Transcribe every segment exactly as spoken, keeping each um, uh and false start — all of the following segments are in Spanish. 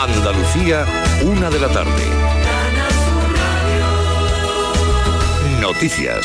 Andalucía, una de la tarde. Noticias.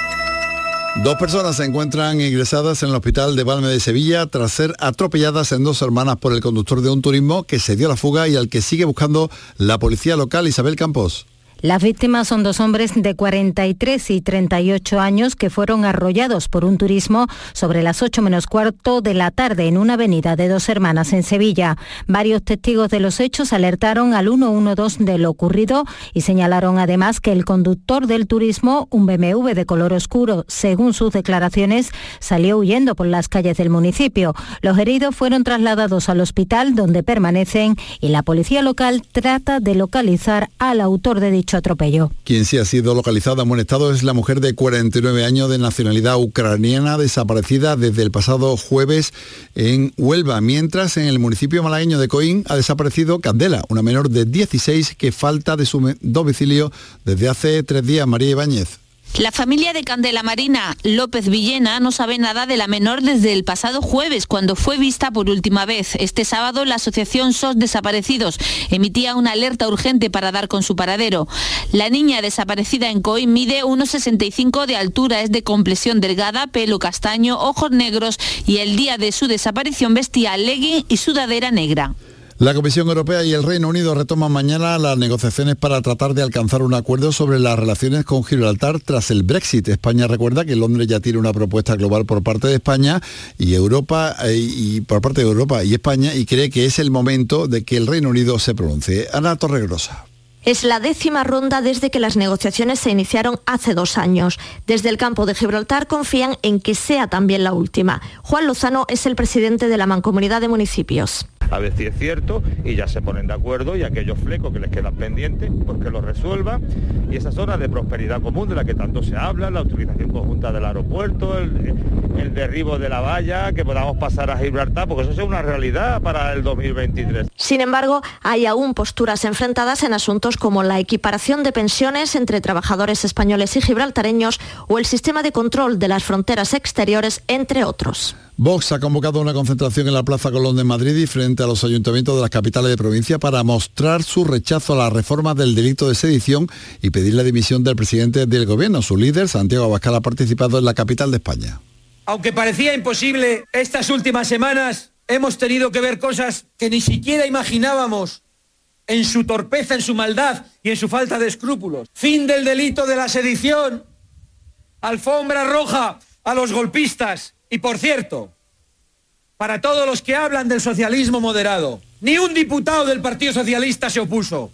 Dos personas se encuentran ingresadas en el hospital de Valme de Sevilla tras ser atropelladas en Dos Hermanas por el conductor de un turismo que se dio la fuga y al que sigue buscando la policía local. Isabel Campos. Las víctimas son dos hombres de cuarenta y tres y treinta y ocho años que fueron arrollados por un turismo sobre las ocho menos cuarto de la tarde en una avenida de Dos Hermanas en Sevilla. Varios testigos de los hechos alertaron al uno uno dos de lo ocurrido y señalaron además que el conductor del turismo, un B M W de color oscuro, según sus declaraciones, salió huyendo por las calles del municipio. Los heridos fueron trasladados al hospital donde permanecen y la policía local trata de localizar al autor de dicho atropello. Quien sí ha sido localizada en buen estado es la mujer de cuarenta y nueve años de nacionalidad ucraniana desaparecida desde el pasado jueves en Huelva, mientras en el municipio malagueño de Coín ha desaparecido Candela, una menor de dieciséis que falta de su domicilio desde hace tres días. María Ibáñez. La familia de Candela Marina López Villena no sabe nada de la menor desde el pasado jueves, cuando fue vista por última vez. Este sábado la asociación S O S Desaparecidos emitía una alerta urgente para dar con su paradero. La niña desaparecida en Coín mide uno sesenta y cinco de altura, es de complexión delgada, pelo castaño, ojos negros y el día de su desaparición vestía legging y sudadera negra. La Comisión Europea y el Reino Unido retoman mañana las negociaciones para tratar de alcanzar un acuerdo sobre las relaciones con Gibraltar tras el Brexit. España recuerda que Londres ya tiene una propuesta global por parte de España y Europa eh, y por parte de Europa y España y cree que es el momento de que el Reino Unido se pronuncie. Ana Torregrosa. Es la décima ronda desde que las negociaciones se iniciaron hace dos años. Desde el campo de Gibraltar confían en que sea también la última. Juan Lozano es el presidente de la Mancomunidad de Municipios. A ver si es cierto y ya se ponen de acuerdo y aquellos flecos que les quedan pendientes, pues que los resuelvan. Y esa zona de prosperidad común de la que tanto se habla, la utilización conjunta del aeropuerto, el, el derribo de la valla, que podamos pasar a Gibraltar, porque eso es una realidad para el dos mil veintitrés. Sin embargo, hay aún posturas enfrentadas en asuntos como la equiparación de pensiones entre trabajadores españoles y gibraltareños o el sistema de control de las fronteras exteriores, entre otros. Vox ha convocado una concentración en la Plaza Colón de Madrid y frente a los ayuntamientos de las capitales de provincia para mostrar su rechazo a la reforma del delito de sedición y pedir la dimisión del presidente del gobierno. Su líder, Santiago Abascal, ha participado en la capital de España. Aunque parecía imposible, estas últimas semanas hemos tenido que ver cosas que ni siquiera imaginábamos en su torpeza, en su maldad y en su falta de escrúpulos. Fin del delito de la sedición, alfombra roja a los golpistas. Y por cierto, para todos los que hablan del socialismo moderado, ni un diputado del Partido Socialista se opuso.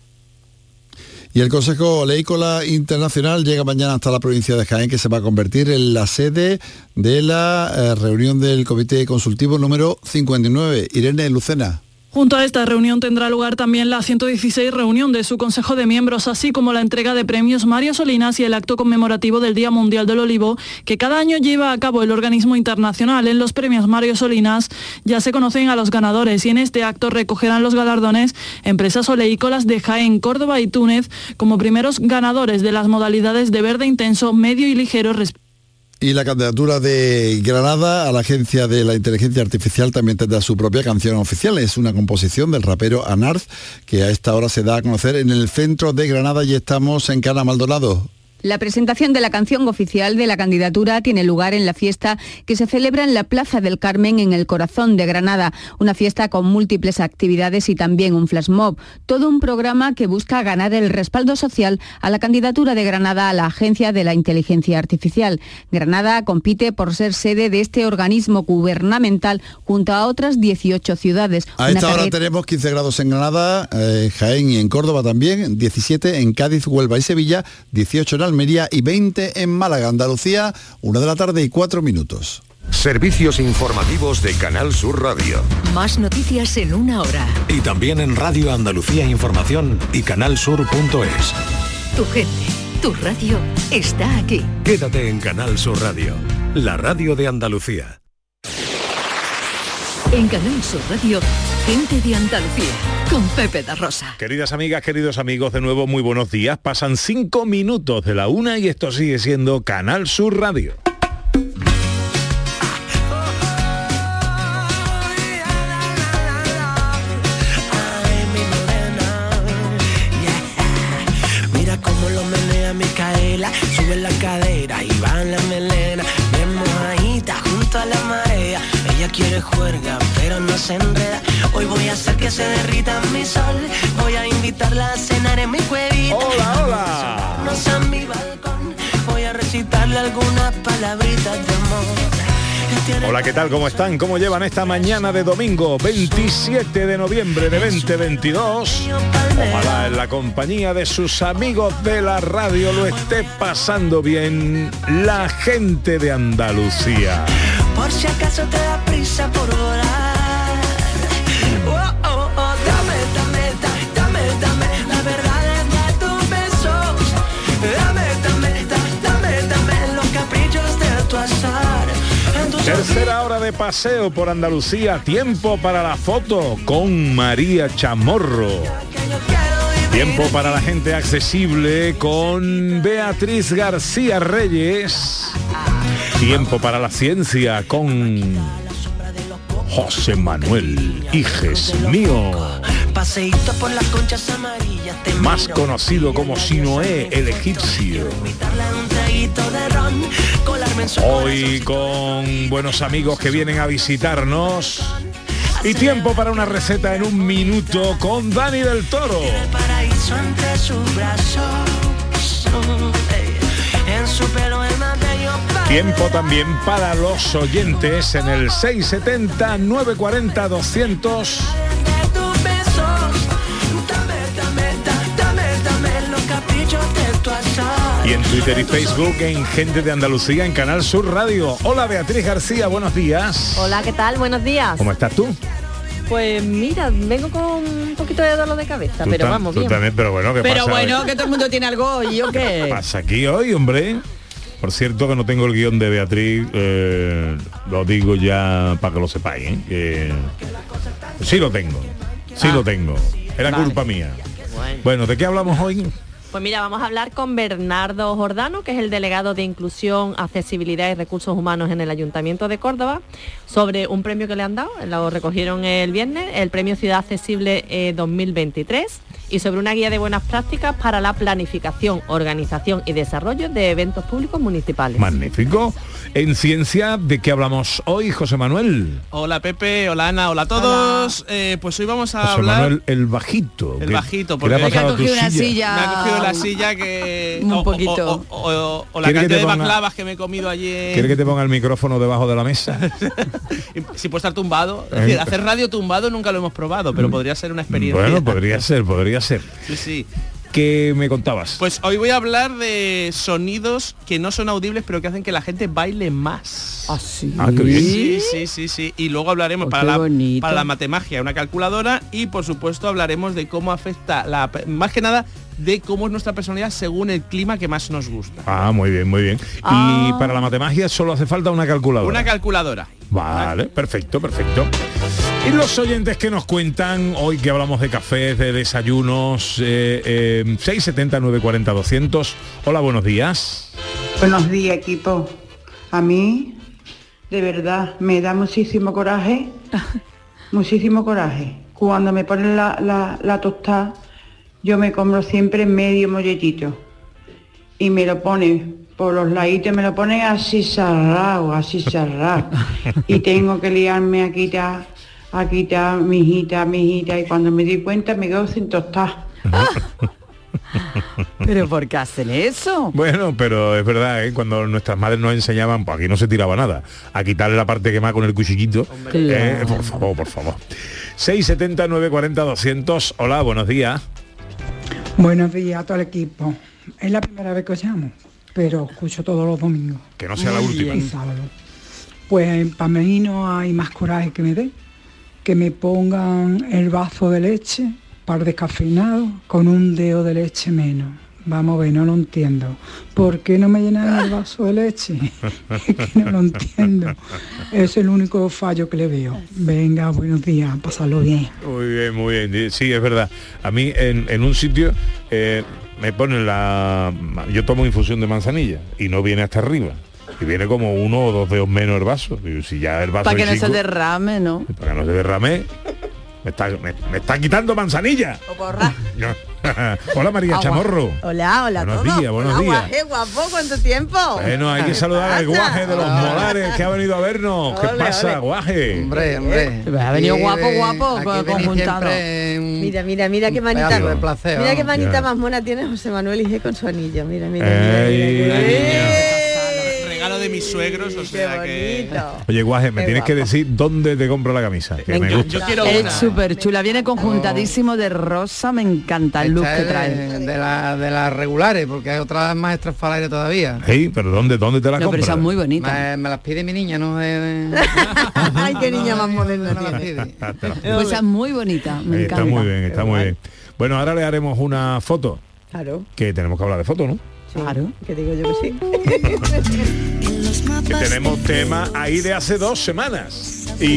Y el Consejo Oleícola Internacional llega mañana hasta la provincia de Jaén, que se va a convertir en la sede de la eh, reunión del Comité Consultivo número cincuenta y nueve. Irene Lucena. Junto a esta reunión tendrá lugar también la ciento dieciséis reunión de su Consejo de Miembros, así como la entrega de premios Mario Solinas y el acto conmemorativo del Día Mundial del Olivo, que cada año lleva a cabo el organismo internacional. En los premios Mario Solinas ya se conocen a los ganadores y en este acto recogerán los galardones empresas oleícolas de Jaén, Córdoba y Túnez como primeros ganadores de las modalidades de verde intenso, medio y ligero respectivamente. Y la candidatura de Granada a la Agencia de la Inteligencia Artificial también tendrá su propia canción oficial. Es una composición del rapero Anarz, que a esta hora se da a conocer en el centro de Granada y estamos en Cana Maldonado. La presentación de la canción oficial de la candidatura tiene lugar en la fiesta que se celebra en la Plaza del Carmen, en el corazón de Granada. Una fiesta con múltiples actividades y también un flash mob. Todo un programa que busca ganar el respaldo social a la candidatura de Granada a la Agencia de la Inteligencia Artificial. Granada compite por ser sede de este organismo gubernamental junto a otras dieciocho ciudades. A esta hora carrera... tenemos quince grados en Granada, eh, Jaén y en Córdoba también, diecisiete en Cádiz, Huelva y Sevilla, dieciocho en Almería y veinte en Málaga. Andalucía, una de la tarde y cuatro minutos. Servicios informativos de Canal Sur Radio. Más noticias en una hora. Y también en Radio Andalucía Información y canalsur punto es. Tu gente, tu radio está aquí. Quédate en Canal Sur Radio, la radio de Andalucía. En Canal Sur Radio, gente de Andalucía, con Pepe da Rosa. Queridas amigas, queridos amigos, de nuevo muy buenos días. Pasan cinco minutos de la una y esto sigue siendo Canal Sur Radio. baila, sube la cadera y va en la melena, bien mojadita junto a la marea. Ella quiere juerga, pero no se enreda. Hoy voy a hacer que se derrita mi sol. Voy a invitarla a cenar en mi cuevita. Hola, hola. No sé mi balcón. Voy a recitarle algunas palabritas de amor. Hola, ¿qué tal? ¿Cómo están? ¿Cómo llevan esta mañana de domingo veintisiete de noviembre de veinte veintidós? Ojalá en la compañía de sus amigos de la radio lo esté pasando bien la gente de Andalucía. Por si acaso te da prisa por volar. Oh, oh, oh, dame, dame, dame, dame, dame la verdad de tus besos. Dame, dame, dame, dame los caprichos de tu azar. Tercera hora de paseo por Andalucía, tiempo para la foto con María Chamorro. Tiempo para la gente accesible con Beatriz García Reyes. Tiempo para la ciencia con José Manuel Hijes Mío, más conocido como Sinoé el egipcio. Hoy con buenos amigos que vienen a visitarnos. Y tiempo para una receta en un minuto con Dani del Toro. Tiempo también para los oyentes en el seis setenta, nueve cuarenta, doscientos. Y en Twitter y Facebook en Gente de Andalucía en Canal Sur Radio. Hola Beatriz García, buenos días. Hola, ¿qué tal? Buenos días. ¿Cómo estás tú? Pues mira, vengo con un poquito de dolor de cabeza, Tú pero tam- vamos tú bien. también, pero bueno, ¿qué Pero pasa bueno, hoy? que todo el mundo tiene algo, ¿y yo qué? ¿Qué pasa aquí hoy, hombre? Por cierto, que no tengo el guión de Beatriz, eh, lo digo ya para que lo sepáis, ¿eh? Que sí lo tengo, sí Ah. lo tengo. Era Vale. culpa mía. Bueno. Bueno, ¿de qué hablamos hoy? Pues mira, vamos a hablar con Bernardo Jordano, que es el delegado de Inclusión, Accesibilidad y Recursos Humanos en el Ayuntamiento de Córdoba, sobre un premio que le han dado, lo recogieron el viernes, el Premio Ciudad Accesible eh, dos mil veintitrés, y sobre una guía de buenas prácticas para la planificación, organización y desarrollo de eventos públicos municipales. Magnífico. En ciencia, ¿de qué hablamos hoy, José Manuel? Hola Pepe, hola Ana, hola a todos. Eh, pues hoy vamos a José hablar... Manuel, el bajito. El ¿Qué- bajito, qué le ha porque pasado a tu silla? Me ha cogido la silla que... Un o- o- poquito. O, o- o- o la ¿Quiere que cantidad te de ponga- baklavas que me he comido ayer. ¿Quieres que te ponga el micrófono debajo de la mesa? Si puedo estar tumbado. Es decir, hacer radio tumbado nunca lo hemos probado, pero podría ser una experiencia. Bueno, podría ser, podría ser. Sí, sí. ¿Qué me contabas? Pues hoy voy a hablar de sonidos que no son audibles, pero que hacen que la gente baile más. ¿Ah, sí? Ah, qué bien. Sí, sí, sí, sí. Y luego hablaremos Oh, para, qué la, bonito. para la matemagia, una calculadora, y por supuesto hablaremos de cómo afecta, la, más que nada, de cómo es nuestra personalidad según el clima que más nos gusta. Ah, muy bien, muy bien. Ah. Y para la matemagia solo hace falta una calculadora. Una calculadora. Vale, perfecto, perfecto. Y los oyentes que nos cuentan, hoy que hablamos de cafés, de desayunos, eh, eh, seis setenta, nueve cuarenta, doscientos. Hola, buenos días. Buenos días, equipo. A mí, de verdad, me da muchísimo coraje, muchísimo coraje. Cuando me ponen la, la, la tostada, yo me compro siempre medio molletito. Y me lo ponen por los laditos, me lo ponen así cerrado, así cerrado. Y tengo que liarme a quitar, a quitar mi hijita, mi hijita. Y cuando me di cuenta me quedo sin tostar. ¿Pero por qué hacen eso? Bueno, pero es verdad, ¿eh? Cuando nuestras madres nos enseñaban, pues aquí no se tiraba nada, a quitarle la parte quemada con el cuchillito. Eh, por favor, por favor. seis setenta, nueve cuarenta, doscientos. Hola, buenos días. Buenos días a todo el equipo. Es la primera vez que os llamo, pero escucho todos los domingos. Que no sea la última. Y sábado. Pues para mí no hay más coraje que me dé. Que me pongan el vaso de leche, par descafeinado, con un dedo de leche menos. Vamos a ver, no lo entiendo. ¿Por qué no me llenan el vaso de leche? Es que no lo entiendo. Es el único fallo que le veo. Venga, buenos días, pasarlo bien. Muy bien, muy bien. Sí, es verdad. A mí en, en un sitio eh, me ponen la... Yo tomo infusión de manzanilla y no viene hasta arriba. Y viene como uno o dos dedos menos el vaso. Digo, si ya el vaso Para que es no chico, se derrame, ¿no? para que no se derrame, me está, me, me está quitando manzanilla. O porra. No, Hola María Agua. Chamorro. Hola, hola a Buenos todos. días, buenos Hola, días. Guaje, guapo, ¿cuánto tiempo? Bueno, hay que saludar al Guaje de los Molares que ha venido a vernos. ¿Qué Ole, pasa, ole. Guaje? Hombre, hombre. Ha venido Aquí guapo, de- guapo, aquí co- venís conjuntado. siempre en- Mira, mira, mira qué manita. pedazo de placer, Mira qué vamos. manita Ya. más mona tiene José Manuel Ige con su anillo. Mira, mira, Ey. mira, mira, mira. Regalo de mis suegros, o sea que... Oye, Guaje, me Qué tienes que guapo. decir dónde te compro la camisa. Que me gusta. Es súper chula, viene conjuntadísimo de rosa, me encanta el look Esta que es trae. De, de la- de las regulares, porque hay otras más estrafalarias todavía. Sí, pero ¿dónde, dónde te la No, pero compras? esa es muy bonita. Me, me las pide mi niña, ¿no? De- de- Ay, qué niña más moderna me las tiene. pide. Ah, te la- Pues esa es muy bonita, me Ahí encanta. está muy bien, está muy bien. Bueno, ahora le haremos una foto, Claro, que tenemos que hablar de foto, ¿no? Claro. que digo yo que sí. Que tenemos tema ahí de hace dos semanas.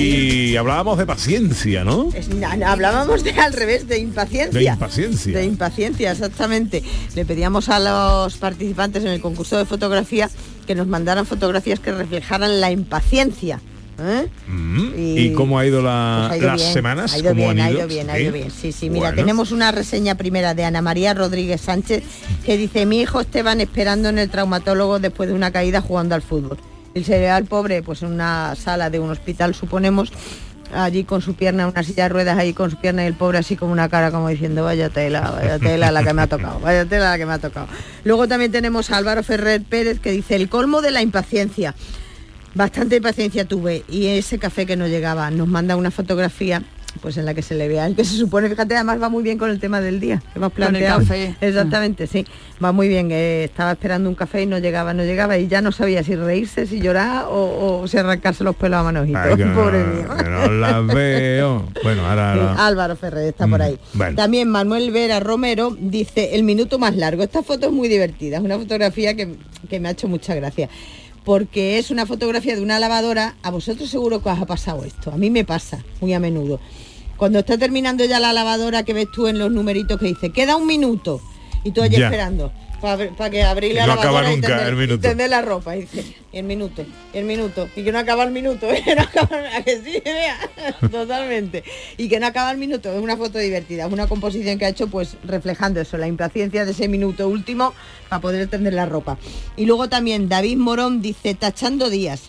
Y hablábamos de paciencia, ¿no? Es- na- na- hablábamos de al revés, de impaciencia. De impaciencia. De impaciencia, exactamente. Le pedíamos a los participantes en el concurso de fotografía que nos mandaran fotografías que reflejaran la impaciencia. ¿eh? Mm. Y- ¿Y cómo ha ido, la- Pues ha ido las bien, semanas? Ha ido ¿Cómo bien, han ha ido? ido bien, ha ¿Sí? ido bien. Sí, sí, mira, Bueno. tenemos una reseña primera de Ana María Rodríguez Sánchez que dice: mi hijo Esteban esperando en el traumatólogo después de una caída jugando al fútbol. El cereal pobre, pues en una sala de un hospital, suponemos, allí con su pierna, una silla de ruedas ahí con su pierna y el pobre así como una cara como diciendo vaya tela, vaya tela la que me ha tocado, vaya tela la que me ha tocado. Luego también tenemos a Álvaro Ferrer Pérez que dice: el colmo de la impaciencia. Bastante impaciencia tuve y ese café que no llegaba, nos manda una fotografía pues en la que se le vea el que se supone, fíjate, además va muy bien con el tema del día que hemos Con el planteado. café. Exactamente, sí, va muy bien. eh, estaba esperando un café y no llegaba, no llegaba y ya no sabía si reírse, si llorar o, o si arrancarse los pelos a manojito. Ay, que no, Pobre mío. que no las veo. Bueno, ahora... Sí, ahora- Álvaro Ferrer está por Mm, ahí. bueno. También Manuel Vera Romero dice: el minuto más largo. Esta foto es muy divertida, es una fotografía que, que me ha hecho mucha gracia. Porque es una fotografía de una lavadora. A vosotros seguro que os ha pasado esto. A mí me pasa muy a menudo. Cuando está terminando ya la lavadora, que ves tú en los numeritos que dice queda un minuto y tú allí Ya. esperando para que abrir Y la no acaba lavadora y nunca tender, el minuto. y tender la ropa y dice y el minuto y el minuto y que no acaba el minuto que no acaba, ¿a que sí? Vea, totalmente, y que no acaba el minuto. Es una foto divertida, es una composición que ha hecho pues reflejando eso, la impaciencia de ese minuto último para poder tender la ropa. Y luego también David Morón dice: tachando días.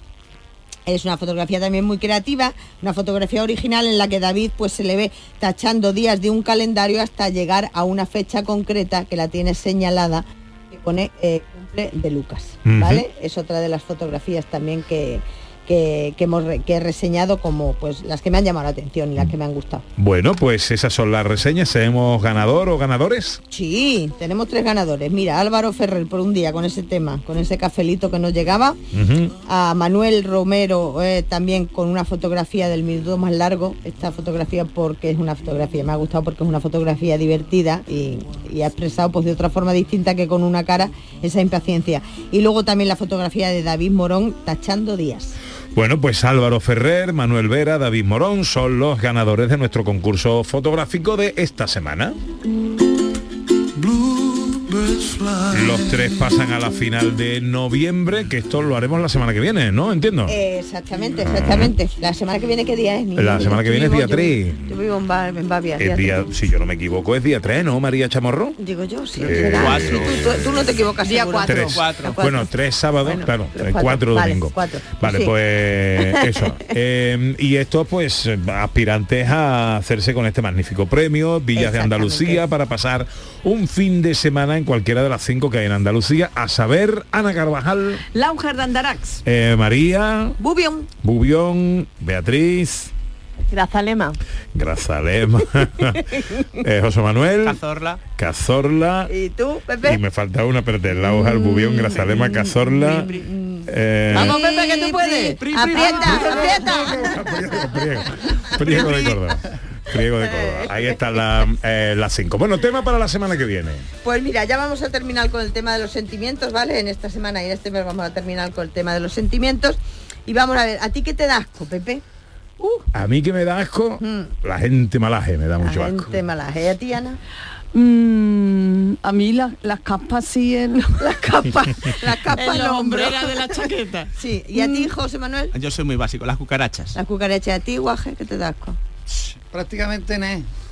Es una fotografía también muy creativa, una fotografía original en la que David pues se le ve tachando días de un calendario hasta llegar a una fecha concreta que la tiene señalada, que pone eh, cumple de Lucas, ¿vale? Ujú. Es otra de las fotografías también que, que, que hemos re- que he reseñado como pues las que me han llamado la atención y las que me han gustado. Bueno, pues esas son las reseñas. ¿Tenemos ganador o ganadores? Sí, tenemos tres ganadores. Mira, Álvaro Ferrer por un día con ese tema, con ese cafelito que no llegaba. Ujú. A Manuel Romero eh, también con una fotografía del minuto más largo. Esta fotografía porque es una fotografía, me ha gustado porque es una fotografía divertida y, y ha expresado pues de otra forma distinta que con una cara esa impaciencia. Y luego también la fotografía de David Morón tachando días. Bueno, pues Álvaro Ferrer, Manuel Vera, David Morón son los ganadores de nuestro concurso fotográfico de esta semana. Los tres pasan a la final de noviembre, que esto lo haremos la semana que viene, ¿no? Entiendo. Eh, exactamente, exactamente. La semana que viene, ¿qué día es? La semana que viene es día tres. Yo vivo en, Ba- en Bavia. El día, si yo no me equivoco, es día tres, ¿no, María Chamorro? Digo yo, sí. Eh, será. cuatro. Sí, tú, tú- tú no te equivocas. Día seguro. cuatro. Tres. Cuatro. Bueno, tres sábados, Bueno, claro, los eh, cuatro. cuatro Vale, domingos. cuatro. Vale, Sí. pues eso. Eh, y estos, pues, aspirantes a hacerse con este magnífico premio, Villas de Andalucía, para pasar un fin de semana en cualquiera de las cinco que hay en Andalucía, a saber, Ana Carvajal, Launger de Andarax. eh, María, Bubión. Bubión, Beatriz, Grazalema. Grazalema, eh, José Manuel, Cazorla. Cazorla, ¿Y tú, Pepe? y me falta una, pero te Lauger, Bubión, Grazalema, Cazorla. eh, Vamos, Pepe, que tú puedes. Aprieta, aprieta. Priego, Priego de Córdoba. Priego de Córdoba. Ahí están la- eh, las cinco. Bueno, tema para la semana que viene. Pues mira, ya vamos a terminar con el tema de los sentimientos, ¿vale? En esta semana y en este mes vamos a terminar con el tema de los sentimientos. Y vamos a ver, ¿a ti qué te da asco, Pepe? A mí que me da asco, la gente malaje me da mucho La asco. gente malaje. ¿Y a ti, Ana? Mm, a mí la- las capas sí en Las capas, las capas en en la los hombros. hombrera de la chaqueta. Sí, ¿y a ti, José Manuel? Yo soy muy básico, las cucarachas. La cucaracha. ¿A ti, Guaje, qué te da asco? Prácticamente no es.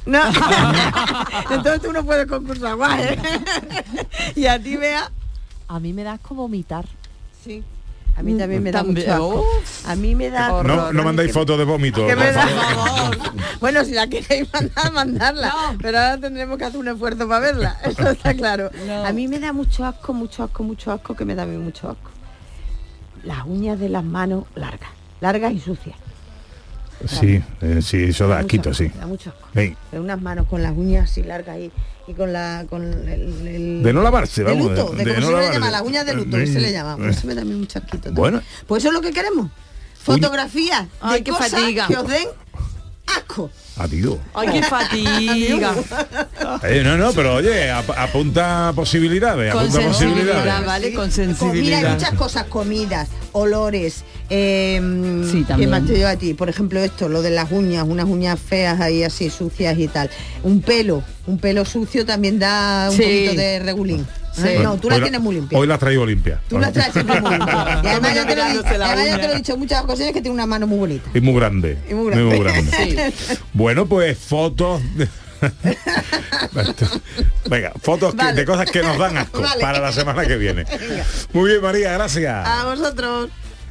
No. Entonces tú no puedes concursar, guay. ¿eh? Y a ti, Bea. A mí me da asco vomitar. Sí. A mí también me da También, mucho asco. A mí me da... No, no mandáis fotos de vómito. Que por me da- favor. Bueno, si la queréis mandar, mandarla. Pero ahora tendremos que hacer un esfuerzo para verla. Eso está claro. No. A mí me da mucho asco, mucho asco, mucho asco, que me da a mí mucho asco. Las uñas de las manos largas. Largas y sucias. Sí, eh, sí, eso da asquito, sí. Me da mucho asco. Sí. Pero unas manos con las uñas así largas y, y con la con el, el- De no lavarse, de vamos. luto, de, de como no se le lavarse. llama, las uñas de luto, que se le llama. Pues eso me da a mí mucho asquito también. Bueno. Pues eso es lo que queremos. Fotografías de Ay, qué cosas fatiga. que os den asco. Adiós. Ay, qué fatiga. Eh, no, no, pero oye, ap- apunta posibilidades, Con apunta sensibilidad, posibilidades. ¿vale? Con Co- Mira, hay sensibilidad. muchas cosas, comidas, olores. Eh, Sí, ¿Qué también. más te digo a ti? Por ejemplo, esto, lo de las uñas, unas uñas feas ahí así sucias y tal. Un pelo, un pelo sucio también da un Sí. poquito de regulín. Sí. ¿Eh? No, tú la Hoy tienes muy limpia. Hoy la traigo limpia. Tú la traes siempre muy limpia. Y además ya te lo he dicho, Pegándose la además ya te lo he uña. dicho en muchas ocasiones que tiene una mano muy bonita. Y muy grande. Y muy grande. Muy grande. Bueno, pues fotos. de- Venga, fotos que- Vale. de cosas que nos dan asco Vale. para la semana que viene. Venga. Muy bien, María, gracias. A vosotros.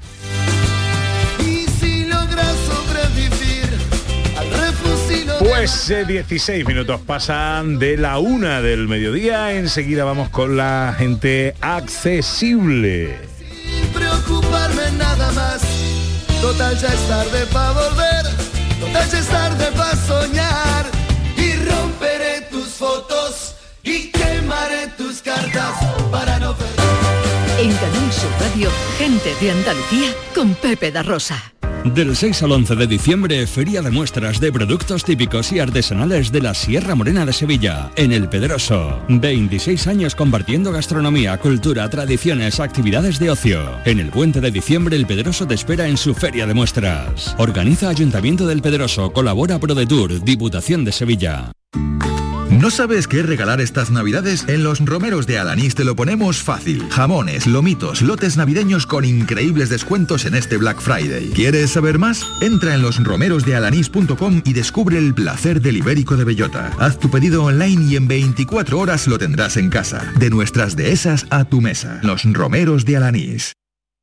Y si logras sobrevivir al refugio de Pues eh, dieciséis minutos pasan de la una del mediodía. Enseguida vamos con la gente accesible. sin preocuparme nada más. Total ya es tarde para volver, total ya es tarde para soñar. Y romperé tus fotos y quemaré tus cartas para no ver. En Canal Sur Radio, gente de Andalucía con Pepe da Rosa. Del seis al once de diciembre, Feria de Muestras de Productos Típicos y Artesanales de la Sierra Morena de Sevilla, en El Pedroso. veintiséis años compartiendo gastronomía, cultura, tradiciones, actividades de ocio. En el puente de diciembre, El Pedroso te espera en su Feria de Muestras. Organiza Ayuntamiento del Pedroso, colabora ProDetour, Diputación de Sevilla. ¿No sabes qué regalar estas navidades? En los romeros de Alanís te lo ponemos fácil. Jamones, lomitos, lotes navideños con increíbles descuentos en este Black Friday. ¿Quieres saber más? Entra en losromerosdealanís punto com y descubre el placer del ibérico de bellota. Haz tu pedido online y en veinticuatro horas lo tendrás en casa. De nuestras dehesas a tu mesa. Los romeros de Alanís.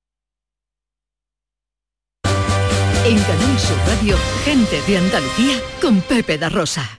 En Canal Sur Radio, gente de Andalucía con Pepe da Rosa.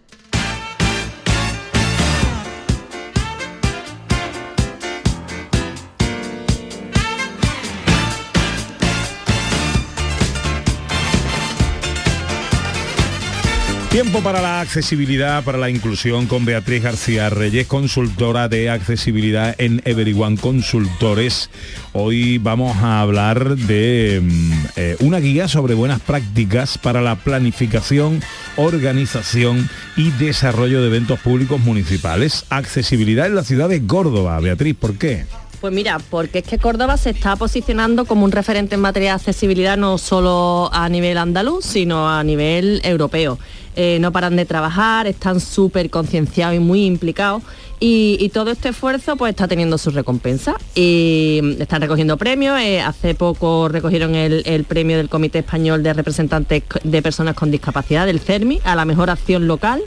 Tiempo para la accesibilidad, para la inclusión con Beatriz García Reyes, consultora de accesibilidad en Everyone Consultores. Hoy vamos a hablar de mm, eh, una guía sobre buenas prácticas para la planificación, organización y desarrollo de eventos públicos municipales. Accesibilidad en la ciudad de Córdoba. Beatriz, ¿por qué? Pues mira, porque es que Córdoba se está posicionando como un referente en materia de accesibilidad no solo a nivel andaluz, sino a nivel europeo. Eh, no paran de trabajar, están súper concienciados y muy implicados y, y todo este esfuerzo pues está teniendo su recompensa. Y están recogiendo premios, eh, hace poco recogieron el, el premio del Comité Español de Representantes de Personas con Discapacidad, del CERMI, a la mejor acción local.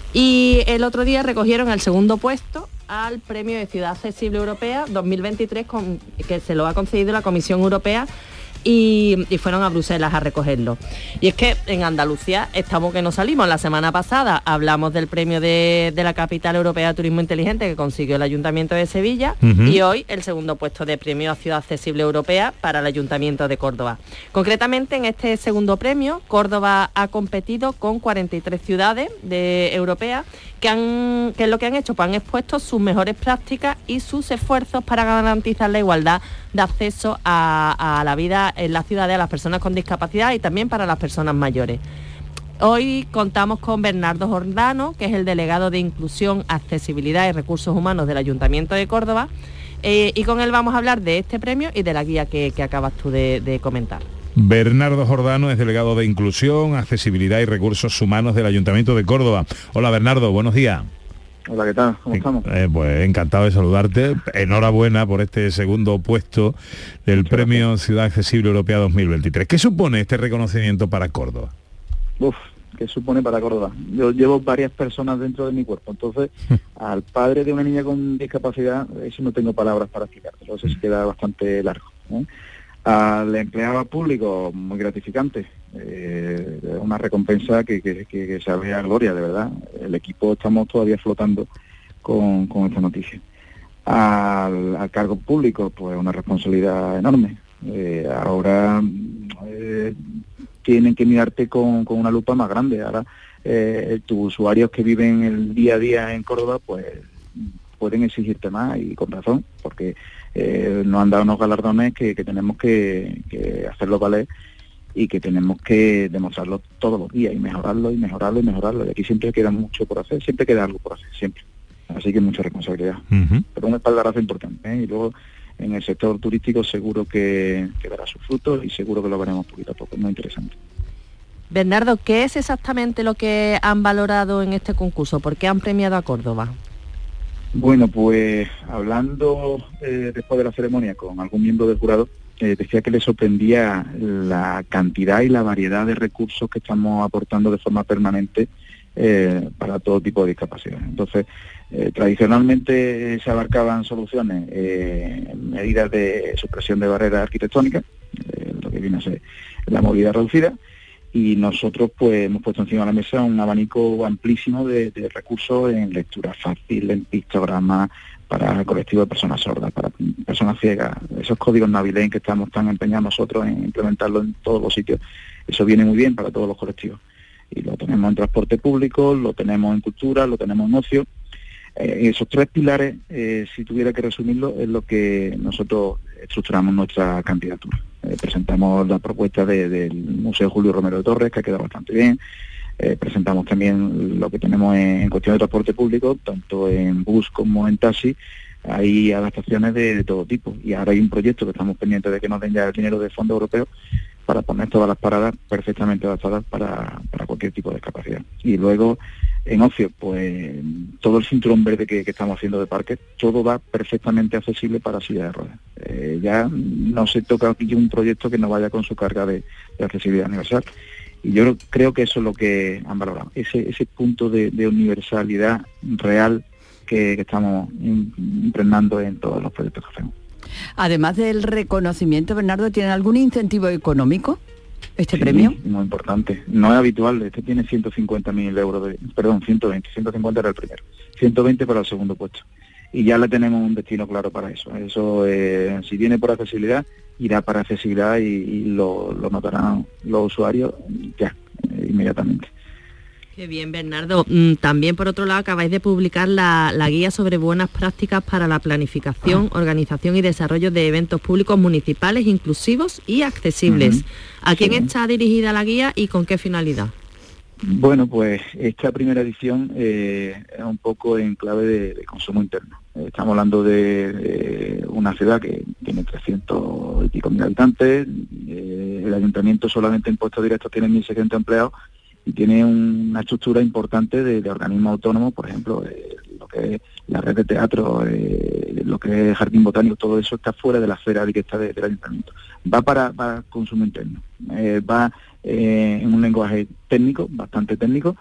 Y el otro día recogieron el segundo puesto al Premio de Ciudad Accesible Europea dos mil veintitrés, con, que se lo ha concedido la Comisión Europea, y, y fueron a Bruselas a recogerlo. Y es que en Andalucía estamos que no salimos. La semana pasada hablamos del premio de, de la Capital Europea de Turismo Inteligente que consiguió el Ayuntamiento de Sevilla, uh-huh. y hoy el segundo puesto de premio a Ciudad Accesible Europea para el Ayuntamiento de Córdoba. Concretamente en este segundo premio, Córdoba ha competido con cuarenta y tres ciudades de europeas que han, que es lo que han hecho, pues han expuesto sus mejores prácticas y sus esfuerzos para garantizar la igualdad de acceso a, a la vida en la ciudad a las personas con discapacidad y también para las personas mayores. Hoy contamos con Bernardo Jordano, que es el delegado de Inclusión, Accesibilidad y Recursos Humanos del Ayuntamiento de Córdoba, eh, y con él vamos a hablar de este premio y de la guía que, que acabas tú de, de comentar. Bernardo Jordano es delegado de Inclusión, Accesibilidad y Recursos Humanos del Ayuntamiento de Córdoba. Hola Bernardo, buenos días. Hola, ¿qué tal? ¿Cómo estamos? Eh, pues encantado de saludarte. Enhorabuena por este segundo puesto del Muchas Premio gracias. Ciudad Accesible Europea dos mil veintitrés. ¿Qué supone este reconocimiento para Córdoba? Uf, que supone para Córdoba. Yo llevo varias personas dentro de mi cuerpo, entonces al padre de una niña con discapacidad, eso no tengo palabras para explicártelo, eso se queda bastante largo, ¿eh? Al empleado público, muy gratificante, eh, una recompensa que, que, que, que se vea gloria, de verdad. El equipo estamos todavía flotando con, con esta noticia. Al, al cargo público, pues una responsabilidad enorme. Eh, ahora eh, tienen que mirarte con, con una lupa más grande. Ahora eh, tus usuarios que viven el día a día en Córdoba, pues pueden exigirte más, y con razón, porque eh, nos han dado unos galardones que, que tenemos que, que hacerlo valer, y que tenemos que demostrarlo todos los días y mejorarlo y mejorarlo y mejorarlo. Y aquí siempre queda mucho por hacer, siempre queda algo por hacer, siempre. Así que mucha responsabilidad. Uh-huh. Pero un espaldarazo importante, ¿eh? Y luego en el sector turístico seguro que, que dará sus frutos, y seguro que lo veremos poquito a poco, muy interesante. Bernardo, ¿qué es exactamente lo que han valorado en este concurso? ¿Por qué han premiado a Córdoba? Bueno, pues hablando eh, después de la ceremonia con algún miembro del jurado, eh, decía que le sorprendía la cantidad y la variedad de recursos que estamos aportando de forma permanente eh, para todo tipo de discapacidad. Entonces, eh, tradicionalmente se abarcaban soluciones, eh, medidas de supresión de barreras arquitectónicas, eh, lo que viene a ser la movilidad reducida, y nosotros pues hemos puesto encima de la mesa un abanico amplísimo de, de recursos en lectura fácil, en pictogramas, para colectivos de personas sordas, para personas ciegas, esos códigos Navilén que estamos tan empeñados nosotros en implementarlo en todos los sitios. Eso viene muy bien para todos los colectivos. Y lo tenemos en transporte público, lo tenemos en cultura, lo tenemos en ocio. Eh, esos tres pilares, eh, si tuviera que resumirlo, es lo que nosotros estructuramos nuestra candidatura. Eh, presentamos la propuesta de, del Museo Julio Romero de Torres, que ha quedado bastante bien. Eh, presentamos también lo que tenemos en, en cuestión de transporte público, tanto en bus como en taxi. Hay adaptaciones de, de todo tipo, y ahora hay un proyecto que estamos pendientes de que nos den ya el dinero de fondos europeos para poner todas las paradas perfectamente adaptadas para, para cualquier tipo de discapacidad. Y luego, en ocio, pues todo el cinturón verde que, que estamos haciendo de parques, todo va perfectamente accesible para silla de ruedas. Eh, ya no se toca aquí un proyecto que no vaya con su carga de, de accesibilidad universal. Y yo creo que eso es lo que han valorado, ese, ese punto de, de universalidad real que, que estamos impregnando en todos los proyectos que hacemos. Además del reconocimiento, Bernardo, ¿tiene algún incentivo económico este sí, premio? Muy importante. No es habitual, este tiene ciento cincuenta mil euros, de, perdón, ciento veinte, ciento cincuenta era el primero, ciento veinte para el segundo puesto. Y ya le tenemos un destino claro para eso. Eso, eh, si viene por accesibilidad, irá para accesibilidad y, y lo, lo notarán los usuarios ya, eh, inmediatamente. Qué bien, Bernardo. Mm, también, por otro lado, acabáis de publicar la, la guía sobre buenas prácticas para la planificación, ah. organización y desarrollo de eventos públicos municipales inclusivos y accesibles. Uh-huh. ¿A quién sí. está dirigida la guía y con qué finalidad? Bueno, pues esta primera edición eh, es un poco en clave de, de consumo interno. Estamos hablando de, de una ciudad que tiene trescientos y pico mil habitantes, eh, el ayuntamiento solamente en impuestos directos tiene mil seiscientos empleados, y tiene una estructura importante de, de organismos autónomos, por ejemplo, eh, lo que es la red de teatro, eh, lo que es jardín botánico, todo eso está fuera de la esfera directa de, del ayuntamiento. Va para, para consumo interno, eh, va eh, en un lenguaje técnico, bastante técnico,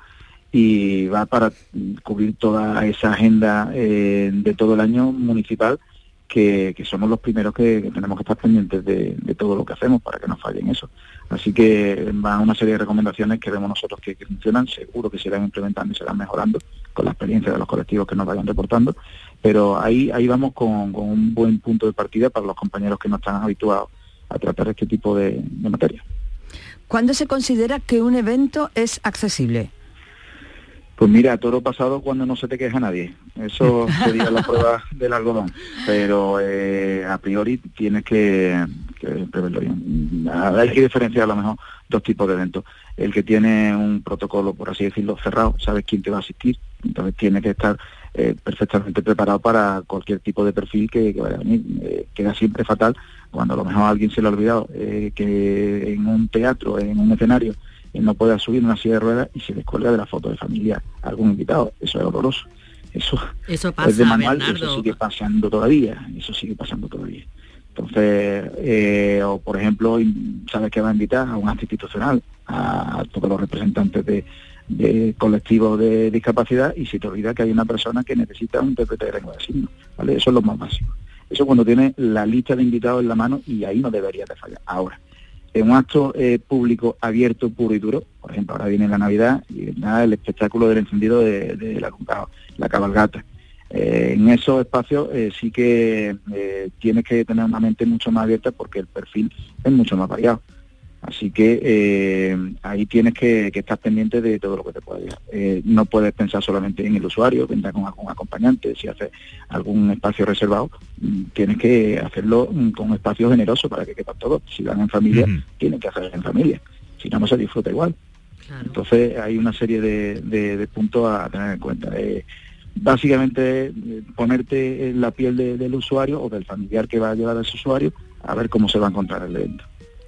y va para cubrir toda esa agenda eh, de todo el año municipal, que, que somos los primeros que, que tenemos que estar pendientes de, de todo lo que hacemos para que no falle en eso. Así que van una serie de recomendaciones que vemos nosotros que, que funcionan, seguro que se irán implementando y se irán mejorando con la experiencia de los colectivos que nos vayan reportando, pero ahí ahí vamos con, con un buen punto de partida para los compañeros que no están habituados a tratar este tipo de, de materia. ¿Cuándo se considera que un evento es accesible? Pues mira, toro pasado cuando no se te queja nadie. Eso sería la prueba del algodón. Pero eh, a priori tienes que, que preverlo bien. Hay que diferenciar a lo mejor dos tipos de eventos. El que tiene un protocolo, por así decirlo, cerrado, sabes quién te va a asistir, entonces tiene que estar eh, perfectamente preparado para cualquier tipo de perfil que, que vaya a venir. Eh, queda siempre fatal cuando a lo mejor a alguien se le ha olvidado eh, que en un teatro, en un escenario, no pueda subir una silla de ruedas y se descuelga de la foto de familia a algún invitado. Eso es horroroso. Eso, eso pasa, es de manual, Bernardo. Eso sigue pasando todavía. Eso sigue pasando todavía. Entonces, eh, o por ejemplo, sabes que va a invitar a un acto institucional a todos los representantes de, de colectivos de discapacidad, y se te olvida que hay una persona que necesita un intérprete de lengua de signos, ¿vale? Eso es lo más básico. Eso cuando tienes la lista de invitados en la mano, y ahí no debería de fallar. Ahora, en un acto eh, público abierto, puro y duro, por ejemplo, ahora viene la Navidad y nada, el espectáculo del encendido de, de la, la cabalgata. Eh, en esos espacios eh, sí que eh, tienes que tener una mente mucho más abierta, porque el perfil es mucho más variado. Así que eh, ahí tienes que, que estar pendiente de todo lo que te pueda llegar. Eh, no puedes pensar solamente en el usuario, vendrá con algún acompañante. Si haces algún espacio reservado, tienes que hacerlo con un espacio generoso para que quepan todos. Si van en familia, uh-huh. tienen que hacerlo en familia. Si no, no se disfruta igual. Claro. Entonces hay una serie de, de, de puntos a tener en cuenta. Eh, básicamente, ponerte en la piel de, del usuario o del familiar que va a llevar a ese usuario, a ver cómo se va a encontrar el evento.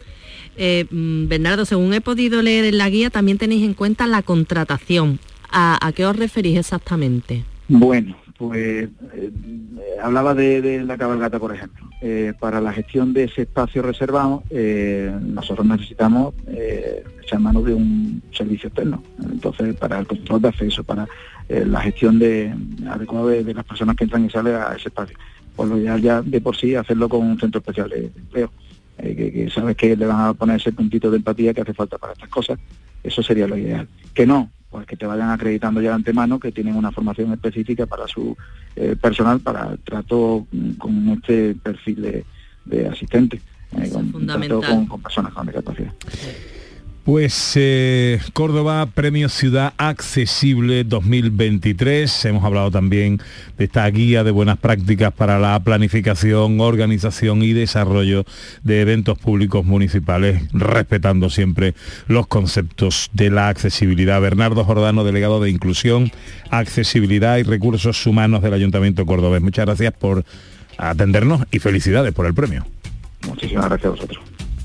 Eh, Bernardo, según he podido leer en la guía, también tenéis en cuenta la contratación. ¿A, a qué os referís exactamente? Bueno, pues eh, hablaba de, de la cabalgata, por ejemplo. Eh, para la gestión de ese espacio reservado, eh, nosotros necesitamos eh, echar mano de un servicio externo. Entonces, para el control de acceso, para eh, la gestión de adecuada de, de las personas que entran y salen a ese espacio. Por lo ideal ya de por sí hacerlo con un centro especial de empleo. Eh, que, que sabes que le van a poner ese puntito de empatía que hace falta para estas cosas. Eso sería lo ideal. Que no, pues que te vayan acreditando ya de antemano que tienen una formación específica para su eh, personal, para el trato con este perfil de, de asistente, eh, con, trato con, con personas con discapacidad. Pues eh, Córdoba, Premio Ciudad Accesible dos mil veintitrés. Hemos hablado también de esta guía de buenas prácticas para la planificación, organización y desarrollo de eventos públicos municipales, respetando siempre los conceptos de la accesibilidad. Bernardo Jordano, delegado de Inclusión, Accesibilidad y Recursos Humanos del Ayuntamiento cordobés. Muchas gracias por atendernos y felicidades por el premio. Muchísimas gracias a vosotros.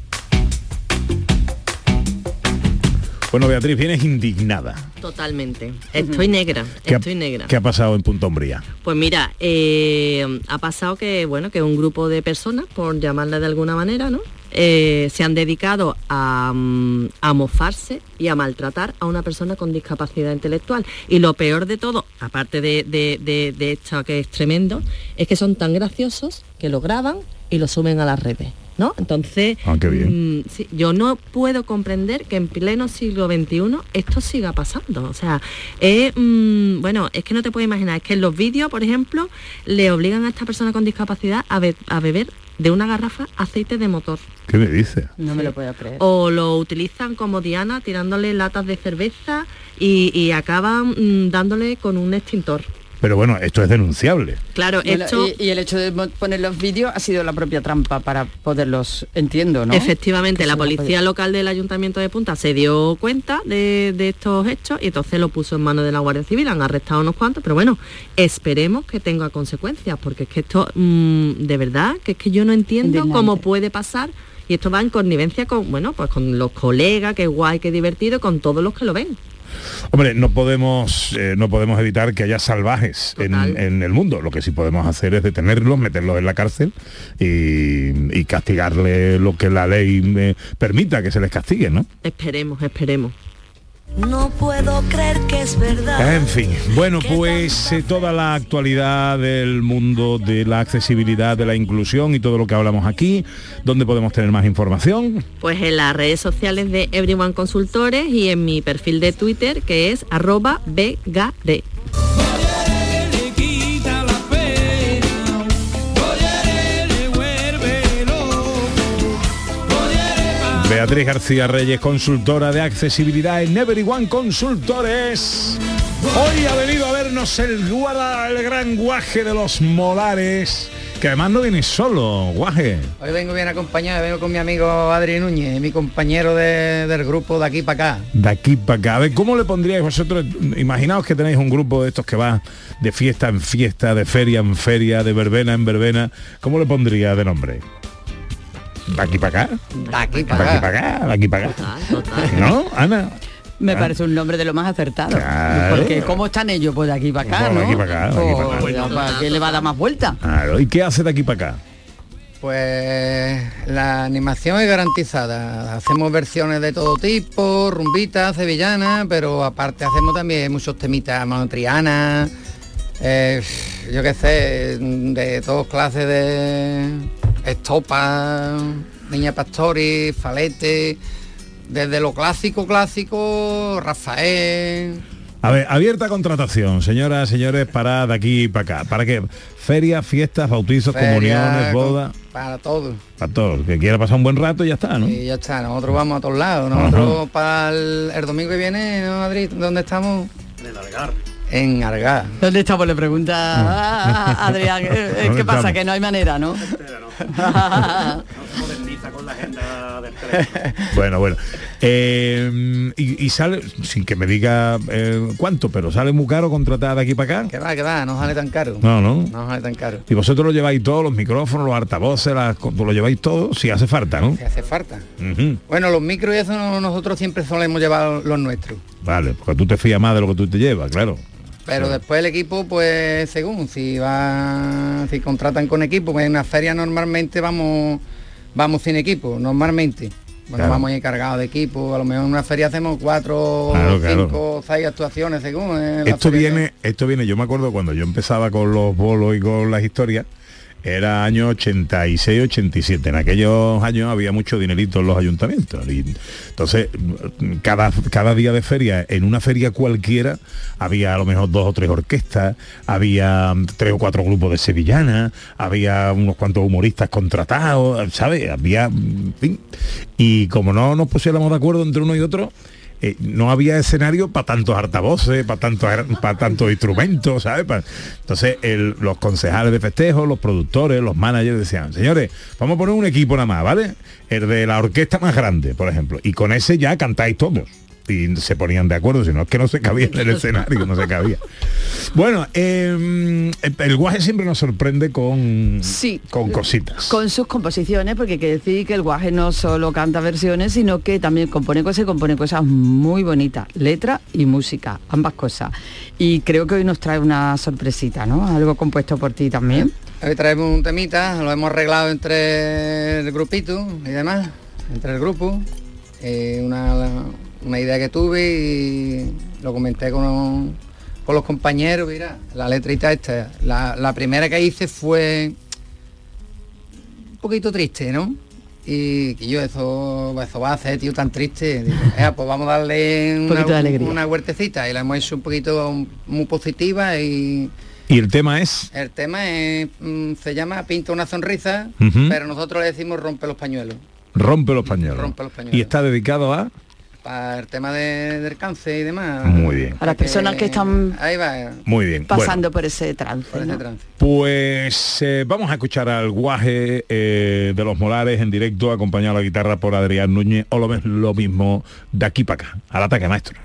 Bueno, Beatriz, vienes indignada. Totalmente. Estoy negra, estoy ¿Qué ha, negra. ¿Qué ha pasado en Punta Umbría? Pues mira, eh, ha pasado que, bueno, que un grupo de personas, por llamarla de alguna manera, ¿no? Eh, se han dedicado a, a mofarse y a maltratar a una persona con discapacidad intelectual. Y lo peor de todo, aparte de, de, de, de esto que es tremendo, es que son tan graciosos que lo graban y lo suben a las redes, ¿no? Entonces, ah, qué bien. Mmm, sí, yo no puedo comprender que en pleno siglo veintiuno esto siga pasando. O sea, es, mmm, bueno, es que no te puedes imaginar, es que en los vídeos, por ejemplo, le obligan a esta persona con discapacidad a, be- a beber de una garrafa aceite de motor. ¿Qué me dice? No me lo puedo creer. O lo utilizan como diana tirándole latas de cerveza y, y acaban mmm, dándole con un extintor. Pero bueno, esto es denunciable. Claro, esto... y, y el hecho de poner los vídeos ha sido la propia trampa para poderlos, entiendo, ¿no? Efectivamente, la policía local del Ayuntamiento de Punta se dio cuenta de, de estos hechos y entonces lo puso en manos de la Guardia Civil, han arrestado unos cuantos, pero bueno, esperemos que tenga consecuencias, porque es que esto, mmm, de verdad, que es que yo no entiendo Indignante. Cómo puede pasar, y esto va en connivencia con, bueno, pues con los colegas, qué guay, qué divertido, con todos los que lo ven. Hombre, no podemos eh, no podemos evitar que haya salvajes en, en el mundo. Lo que sí podemos hacer es detenerlos, meterlos en la cárcel y, y castigarle lo que la ley me permita que se les castigue, ¿no? Esperemos, esperemos. No puedo creer que es verdad. En fin, bueno, pues eh, toda la actualidad del mundo de la accesibilidad, de la inclusión y todo lo que hablamos aquí, ¿dónde podemos tener más información? Pues en las redes sociales de Everyone Consultores y en mi perfil de Twitter, que es arroba begare. Beatriz García Reyes, consultora de accesibilidad en Everyone Consultores. Hoy ha venido a vernos el, guada, el gran Guaje de los Molares, que además no viene solo, Guaje. Hoy vengo bien acompañado, vengo con mi amigo Adri Núñez, mi compañero de, del grupo de aquí para acá. De aquí para acá. A ver, ¿cómo le pondríais vosotros? Imaginaos que tenéis un grupo de estos que va de fiesta en fiesta, de feria en feria, de verbena en verbena. ¿Cómo le pondría de nombre? ¿De aquí para acá? De aquí para acá. De aquí para acá, de aquí para acá. ¿No, Ana? Me ah. parece un nombre de lo más acertado. Claro. Porque ¿cómo están ellos? Pues de aquí para acá, No, ¿no? de aquí para acá, de aquí para acá. ¿Para qué le va a dar más vuelta? Claro. ¿Y qué hace de aquí para acá? Pues la animación es garantizada. Hacemos versiones de todo tipo, rumbitas, sevillanas, pero aparte hacemos también muchos temitas, monotrianas, eh, yo qué sé, de todas clases de estopa, Niña Pastori, Falete, desde lo clásico, clásico, Rafael. A ver, abierta contratación, señoras, señores, para de aquí para acá. ¿Para qué? Ferias, fiestas, bautizos, Feria, comuniones, bodas. Para todo. Para todo. El que quiera pasar un buen rato y ya está, ¿no? Y ya está, nosotros vamos a todos lados. Nosotros Ajá. para el, el domingo que viene, ¿no, Madrid? ¿Dónde estamos? En el Algar. En Argá. ¿Dónde estamos? Le pregunta a Adrián. Eh, ¿Qué pasa? Que no hay manera, ¿no? Con la agenda del teléfono. Bueno, bueno. Eh, y, y sale, sin que me diga eh, cuánto, pero sale muy caro contratar de aquí para acá. Que va, que va, no sale tan caro. No, no. No sale tan caro. Y vosotros lo lleváis todos, los micrófonos, los altavoces, las, lo lleváis todo, si hace falta, ¿no? Si hace falta. Uh-huh. Bueno, los micros y eso no, nosotros siempre solemos llevar los nuestros. Vale, porque tú te fías más de lo que tú te llevas, claro. Pero después el equipo, pues según, si va, si contratan con equipo, pues en una feria normalmente vamos vamos sin equipo, normalmente. Bueno, claro. Vamos ahí cargados de equipo, a lo mejor en una feria hacemos cuatro, claro, cinco, claro. seis actuaciones según. Eh, esto viene, que... esto viene, yo me acuerdo cuando yo empezaba con los bolos y con las historias, era año ochenta y seis, ochenta y siete. En aquellos años había mucho dinerito en los ayuntamientos. Y entonces, cada, cada día de feria, en una feria cualquiera, había a lo mejor dos o tres orquestas, había tres o cuatro grupos de sevillanas, había unos cuantos humoristas contratados, ¿sabes? Había, en fin. Y como no nos pusiéramos de acuerdo entre uno y otro, Eh, no había escenario para tantos altavoces, para tantos para tantos instrumentos, ¿sabes? Pa, entonces el, los concejales de festejos, los productores, los managers decían, señores, vamos a poner un equipo nada más, ¿vale? El de la orquesta más grande, por ejemplo, y con ese ya cantáis todos. Y se ponían de acuerdo, sino es que no se cabía en el escenario, no se cabía. Bueno, eh, el Guaje siempre nos sorprende con, sí, con cositas. Con sus composiciones, porque hay que decir que el Guaje no solo canta versiones, sino que también compone cosas y compone cosas muy bonitas, letra y música, ambas cosas. Y creo que hoy nos trae una sorpresita, ¿no? Algo compuesto por ti también. Hoy traemos un temita, lo hemos arreglado entre el grupito y demás, entre el grupo, eh, una... una idea que tuve y lo comenté con, con los compañeros. Mira, la letrita esta, la, la primera que hice fue un poquito triste, ¿no? Y que yo, eso, eso va a hacer, tío, tan triste. Digo, eh, pues vamos a darle una, una huertecita, y la hemos hecho un poquito muy positiva. y ¿Y el tema es? El tema es, se llama Pinta una sonrisa, uh-huh. pero nosotros le decimos Rompe los pañuelos. Rompe los pañuelos. Rompe los pañuelos. Y está dedicado a... para el tema de, del cáncer y demás. Muy bien. A las personas que, que están ahí va, muy bien. pasando bueno, por ese trance. Por ¿no? ese trance. Pues eh, vamos a escuchar al Guaje eh, de los Molares en directo, acompañado a la guitarra por Adrián Núñez, o lo, lo mismo de aquí para acá. Al ataque, maestro.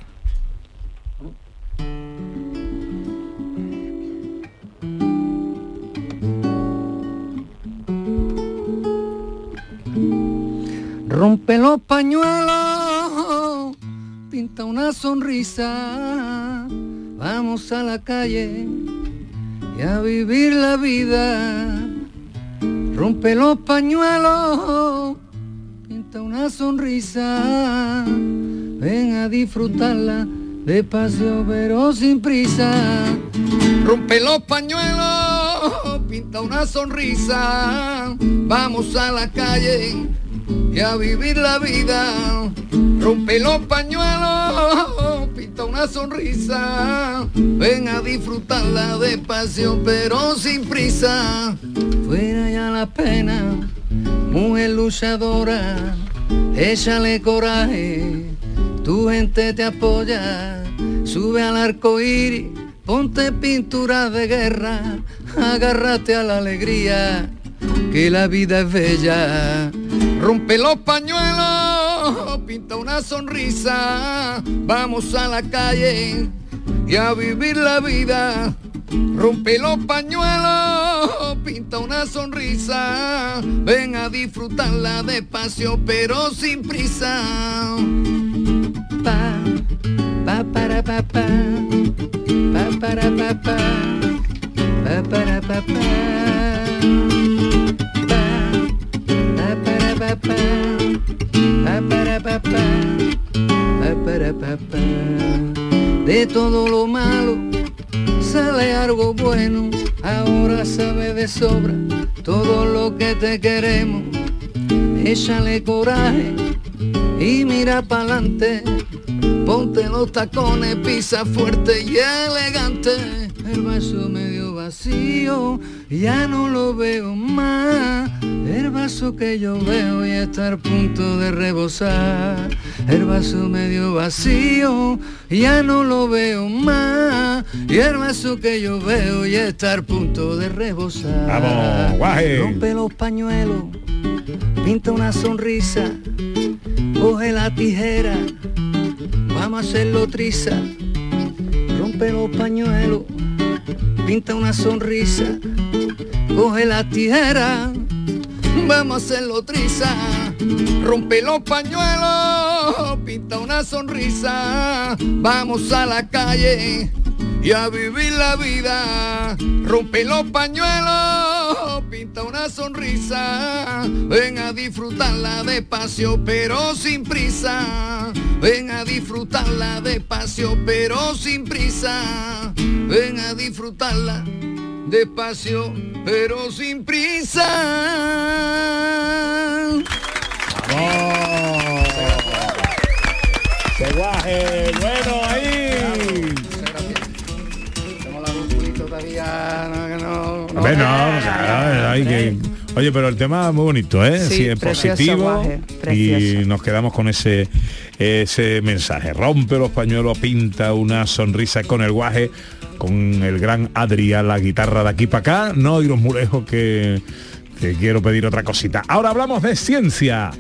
Rompe los pañuelos, pinta una sonrisa, vamos a la calle y a vivir la vida. Rompe los pañuelos, pinta una sonrisa, ven a disfrutarla despacio pero sin prisa. Rompe los pañuelos, pinta una sonrisa, vamos a la calle y a vivir la vida. Rompe los pañuelos, pinta una sonrisa, ven a disfrutarla despacio pero sin prisa. Fuera ya la pena, mujer luchadora, échale coraje, tu gente te apoya, sube al arco iris, ponte pintura de guerra, agárrate a la alegría, que la vida es bella. Rompe los pañuelos, pinta una sonrisa, vamos a la calle y a vivir la vida. Rompe los pañuelos, pinta una sonrisa, ven a disfrutarla despacio pero sin prisa. Pa, pa para pa pa, pa para pa pa, pa para pa pa. pere, pepe. De todo lo malo sale algo bueno, ahora sabe de sobra todo lo que te queremos. Échale coraje y mira pa'lante, ponte los tacones, pisa fuerte y elegante. El vaso medio vacío, ya no lo veo más. El vaso que yo veo ya está a punto de rebosar. El vaso medio vacío, ya no lo veo más. Y el vaso que yo veo ya está a punto de rebosar. Vamos, guaje. Rompe los pañuelos, pinta una sonrisa, coge la tijera, vamos a hacerlo triza. Rompe los pañuelos, pinta una sonrisa, coge la tijera, vamos a hacerlo triza. Rompe los pañuelos, pinta una sonrisa, vamos a la calle y a vivir la vida. Rompe los pañuelos, pinta una sonrisa, ven a disfrutarla despacio pero sin prisa. Ven a disfrutarla despacio pero sin prisa. Ven a disfrutarla despacio pero sin prisa. ¡Vamos! ¡Qué guaje! ¡Bueno, ahí! Todavía no, no, no. Bueno, o sea, hay que... Oye, pero el tema es muy bonito, ¿eh? Sí, Sí, es precioso, positivo guaje, y precioso. nos quedamos con ese ese mensaje. Rompe los pañuelos, pinta una sonrisa con el guaje, con el gran Adri a la guitarra de aquí para acá. No oíros muy lejos que, que quiero pedir otra cosita. Ahora hablamos de ciencia.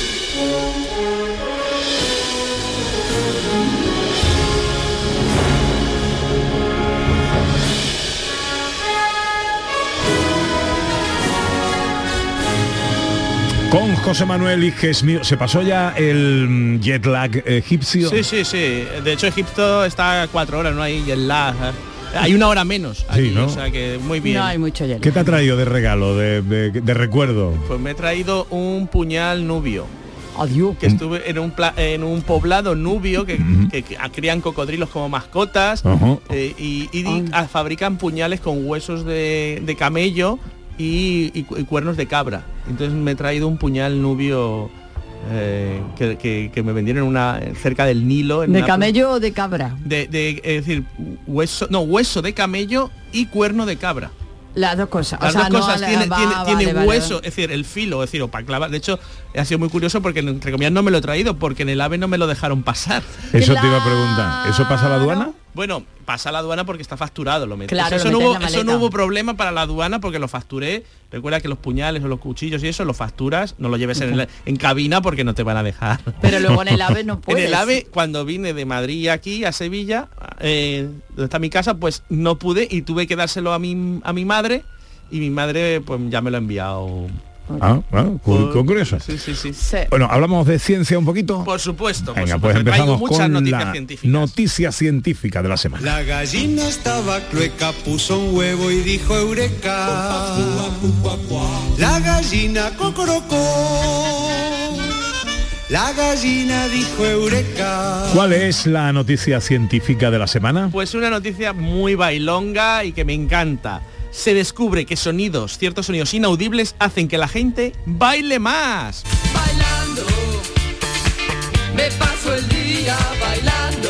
Con José Manuel Iges mío. ¿Se pasó ya el jet lag egipcio? Sí, sí, sí. De hecho, Egipto está a cuatro horas, no hay jet lag. Hay una hora menos aquí, Sí, ¿no? o sea que muy bien. No hay mucho jet ¿Qué te ha traído de regalo, de, de- de recuerdo? Pues me he traído un puñal nubio. Adiós. Que estuve en un pla- en un poblado nubio que, que- que crían cocodrilos como mascotas. Ajá. eh, y, y di- a- fabrican puñales con huesos de, de camello y, y cu- y cuernos de cabra. Entonces me he traído un puñal nubio eh, que, que- que me vendieron en una cerca del Nilo. En ¿De una- camello o de cabra? de, de- es decir, hueso, no, hueso de camello y cuerno de cabra. Las dos cosas. Las o sea, dos cosas, no, tiene, va, tiene, vale, tiene vale, hueso, vale. es decir, el filo, es decir, o para clavar. De hecho, ha sido muy curioso porque entre comillas no me lo he traído, porque en el AVE no me lo dejaron pasar. Eso te iba a preguntar. ¿Eso pasa a la aduana? Bueno, pasa a la aduana porque está facturado, lo metes. Claro, eso, lo no metes hubo, en la eso no maleta. hubo problema para la aduana porque lo facturé. Recuerda que los puñales o los cuchillos y eso lo facturas, no lo lleves en, el- en cabina porque no te van a dejar. Pero luego en el AVE no puedes. En el AVE, cuando vine de Madrid aquí a Sevilla, eh, donde está mi casa, pues no pude y tuve que dárselo a mi, a mi madre y mi madre pues ya me lo ha enviado. Ah, ah, cu- cu- curioso. Sí, sí, sí. Bueno, hablamos de ciencia un poquito. Por supuesto. por Venga, supuesto. pues Traigo empezamos muchas con noticias la científicas. noticia científica de la semana. La gallina estaba clueca, puso un huevo y dijo eureka. La gallina cocorocó. La gallina dijo eureka. ¿Cuál es la noticia científica de la semana? Pues una noticia muy bailonga y que me encanta. Se descubre que sonidos, ciertos sonidos inaudibles hacen que la gente baile más. Bailando, me paso el día bailando.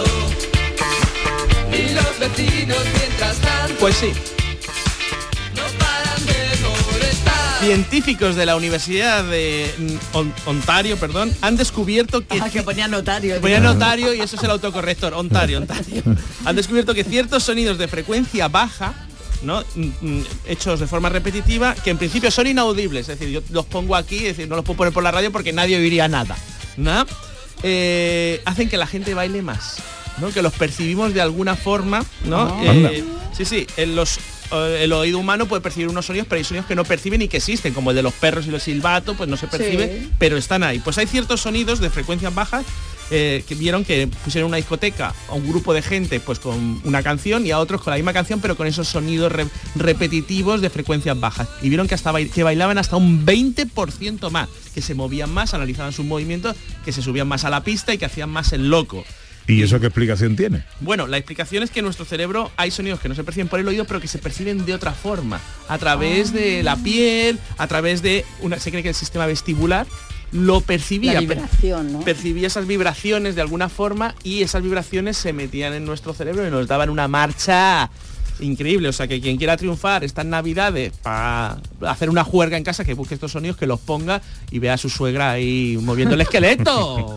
Y los vecinos mientras tanto Pues sí. no paran de molestar. Científicos de la Universidad de mm, On- Ontario, perdón, han descubierto que... Ah, que ponía notario. Ponía notario y eso es el autocorrector, Ontario, Ontario. Han descubierto que ciertos sonidos de frecuencia baja, ¿no? Mm, mm, hechos de forma repetitiva, que en principio son inaudibles, es decir, yo los pongo aquí, es decir, no los puedo poner por la radio porque nadie oiría nada, ¿no? Eh, hacen que la gente baile más, ¿no? Que los percibimos de alguna forma, ¿no? Ah. Anda. Eh, sí, sí, en los eh, el oído humano puede percibir unos sonidos, pero hay sonidos que no perciben y que existen, como el de los perros y los silbatos, pues no se percibe, Sí. pero están ahí. Pues hay ciertos sonidos de frecuencias bajas eh, que vieron que pusieron una discoteca a un grupo de gente pues con una canción y a otros con la misma canción, pero con esos sonidos re- repetitivos de frecuencias bajas. Y vieron que hasta bail- que bailaban hasta un veinte por ciento más, que se movían más, analizaban sus movimientos, que se subían más a la pista y que hacían más el loco. ¿Y eso qué explicación tiene? Bueno, la explicación es que en nuestro cerebro hay sonidos que no se perciben por el oído, pero que se perciben de otra forma, a través de la piel, a través de una, se cree que el sistema vestibular lo percibía, la vibración, ¿no? percibía esas vibraciones de alguna forma y esas vibraciones se metían en nuestro cerebro y nos daban una marcha increíble. O sea, que quien quiera triunfar estas navidades para hacer una juerga en casa, que busque estos sonidos, que los ponga y vea a su suegra ahí moviendo el esqueleto.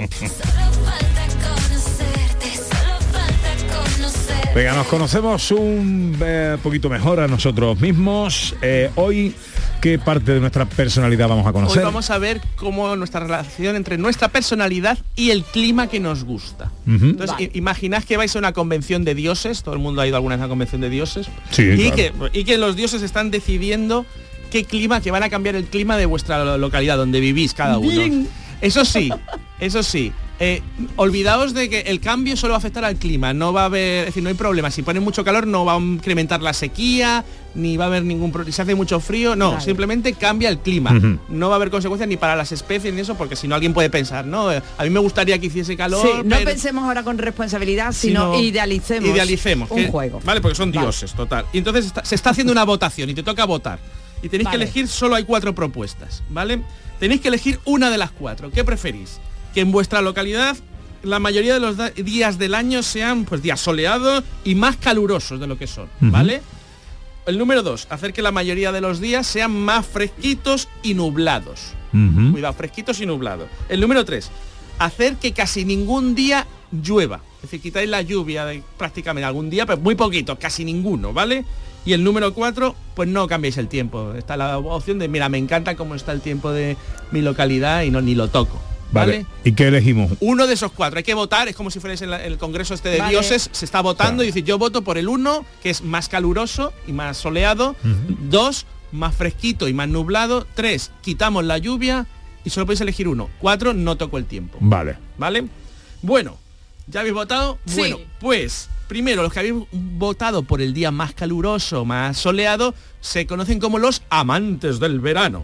Venga, nos conocemos un eh, poquito mejor a nosotros mismos. Eh, hoy, ¿qué parte de nuestra personalidad vamos a conocer? Hoy vamos a ver cómo nuestra relación entre nuestra personalidad y el clima que nos gusta. Uh-huh. Entonces, vale. imaginad que vais a una convención de dioses, todo el mundo ha ido alguna vez a una convención de dioses, sí, y, claro. que, y que los dioses están decidiendo qué clima, que van a cambiar el clima de vuestra localidad, donde vivís cada uno. Bien. Eso sí, eso sí. Eh, olvidaos de que el cambio solo va a afectar al clima, no va a haber, es decir, no hay problema. Si pone mucho calor no va a incrementar la sequía, ni va a haber ningún problema. Si se hace mucho frío, no, vale. simplemente cambia el clima. Uh-huh. No va a haber consecuencias ni para las especies ni eso, porque si no alguien puede pensar, no, a mí me gustaría que hiciese calor. Sí, no pero... pensemos ahora con responsabilidad, sino, sino idealicemos. Idealicemos. Un que, juego. Vale, porque son vale. dioses, total. Y entonces está, se está haciendo una votación y te toca votar. Y tenéis vale. que elegir, solo hay cuatro propuestas, ¿vale? Tenéis que elegir una de las cuatro. ¿Qué preferís? Que en vuestra localidad la mayoría de los da- días del año sean pues días soleados y más calurosos de lo que son, uh-huh. ¿vale? El número dos, hacer que la mayoría de los días sean más fresquitos y nublados. Uh-huh. Cuidado, fresquitos y nublados. El número tres, hacer que casi ningún día llueva. Es decir, quitáis la lluvia de prácticamente algún día, pero muy poquito, casi ninguno, ¿vale? Y el número cuatro, pues no cambiéis el tiempo. Está la opción de, mira, me encanta cómo está el tiempo de mi localidad y no ni lo toco. ¿Vale? Vale. ¿Y qué elegimos? Uno de esos cuatro. Hay que votar, es como si fuerais en, la, en el congreso este de vale. dioses, se está votando claro. y dice, yo voto por el uno, que es más caluroso y más soleado. Uh-huh. Dos, más fresquito y más nublado. Tres, quitamos la lluvia y solo podéis elegir uno. Cuatro, no toco el tiempo. Vale. ¿Vale? Bueno, ¿ya habéis votado? Sí. Bueno, pues primero los que habéis votado por el día más caluroso, más soleado, se conocen como los amantes del verano.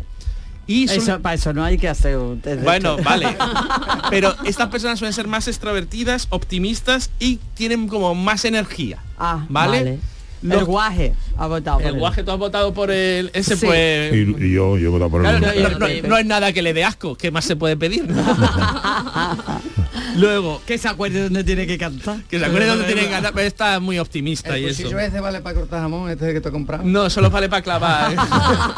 Y son... eso, para eso no hay que hacer un test. Bueno, vale. Pero estas personas suelen ser más extrovertidas, optimistas y tienen como más energía. Ah, ¿vale? vale. El guaje ha votado por el guaje, tú has votado por el ese sí. pues y, y yo yo he votado por claro, el no, no, no, no es nada que le dé asco, ¿qué más se puede pedir? Luego que se acuerde dónde tiene que cantar, que se acuerde dónde tiene que cantar, pero está muy optimista. El y eso ese vale para cortar jamón, este que te he comprado. No, solo vale para clavar, ¿eh?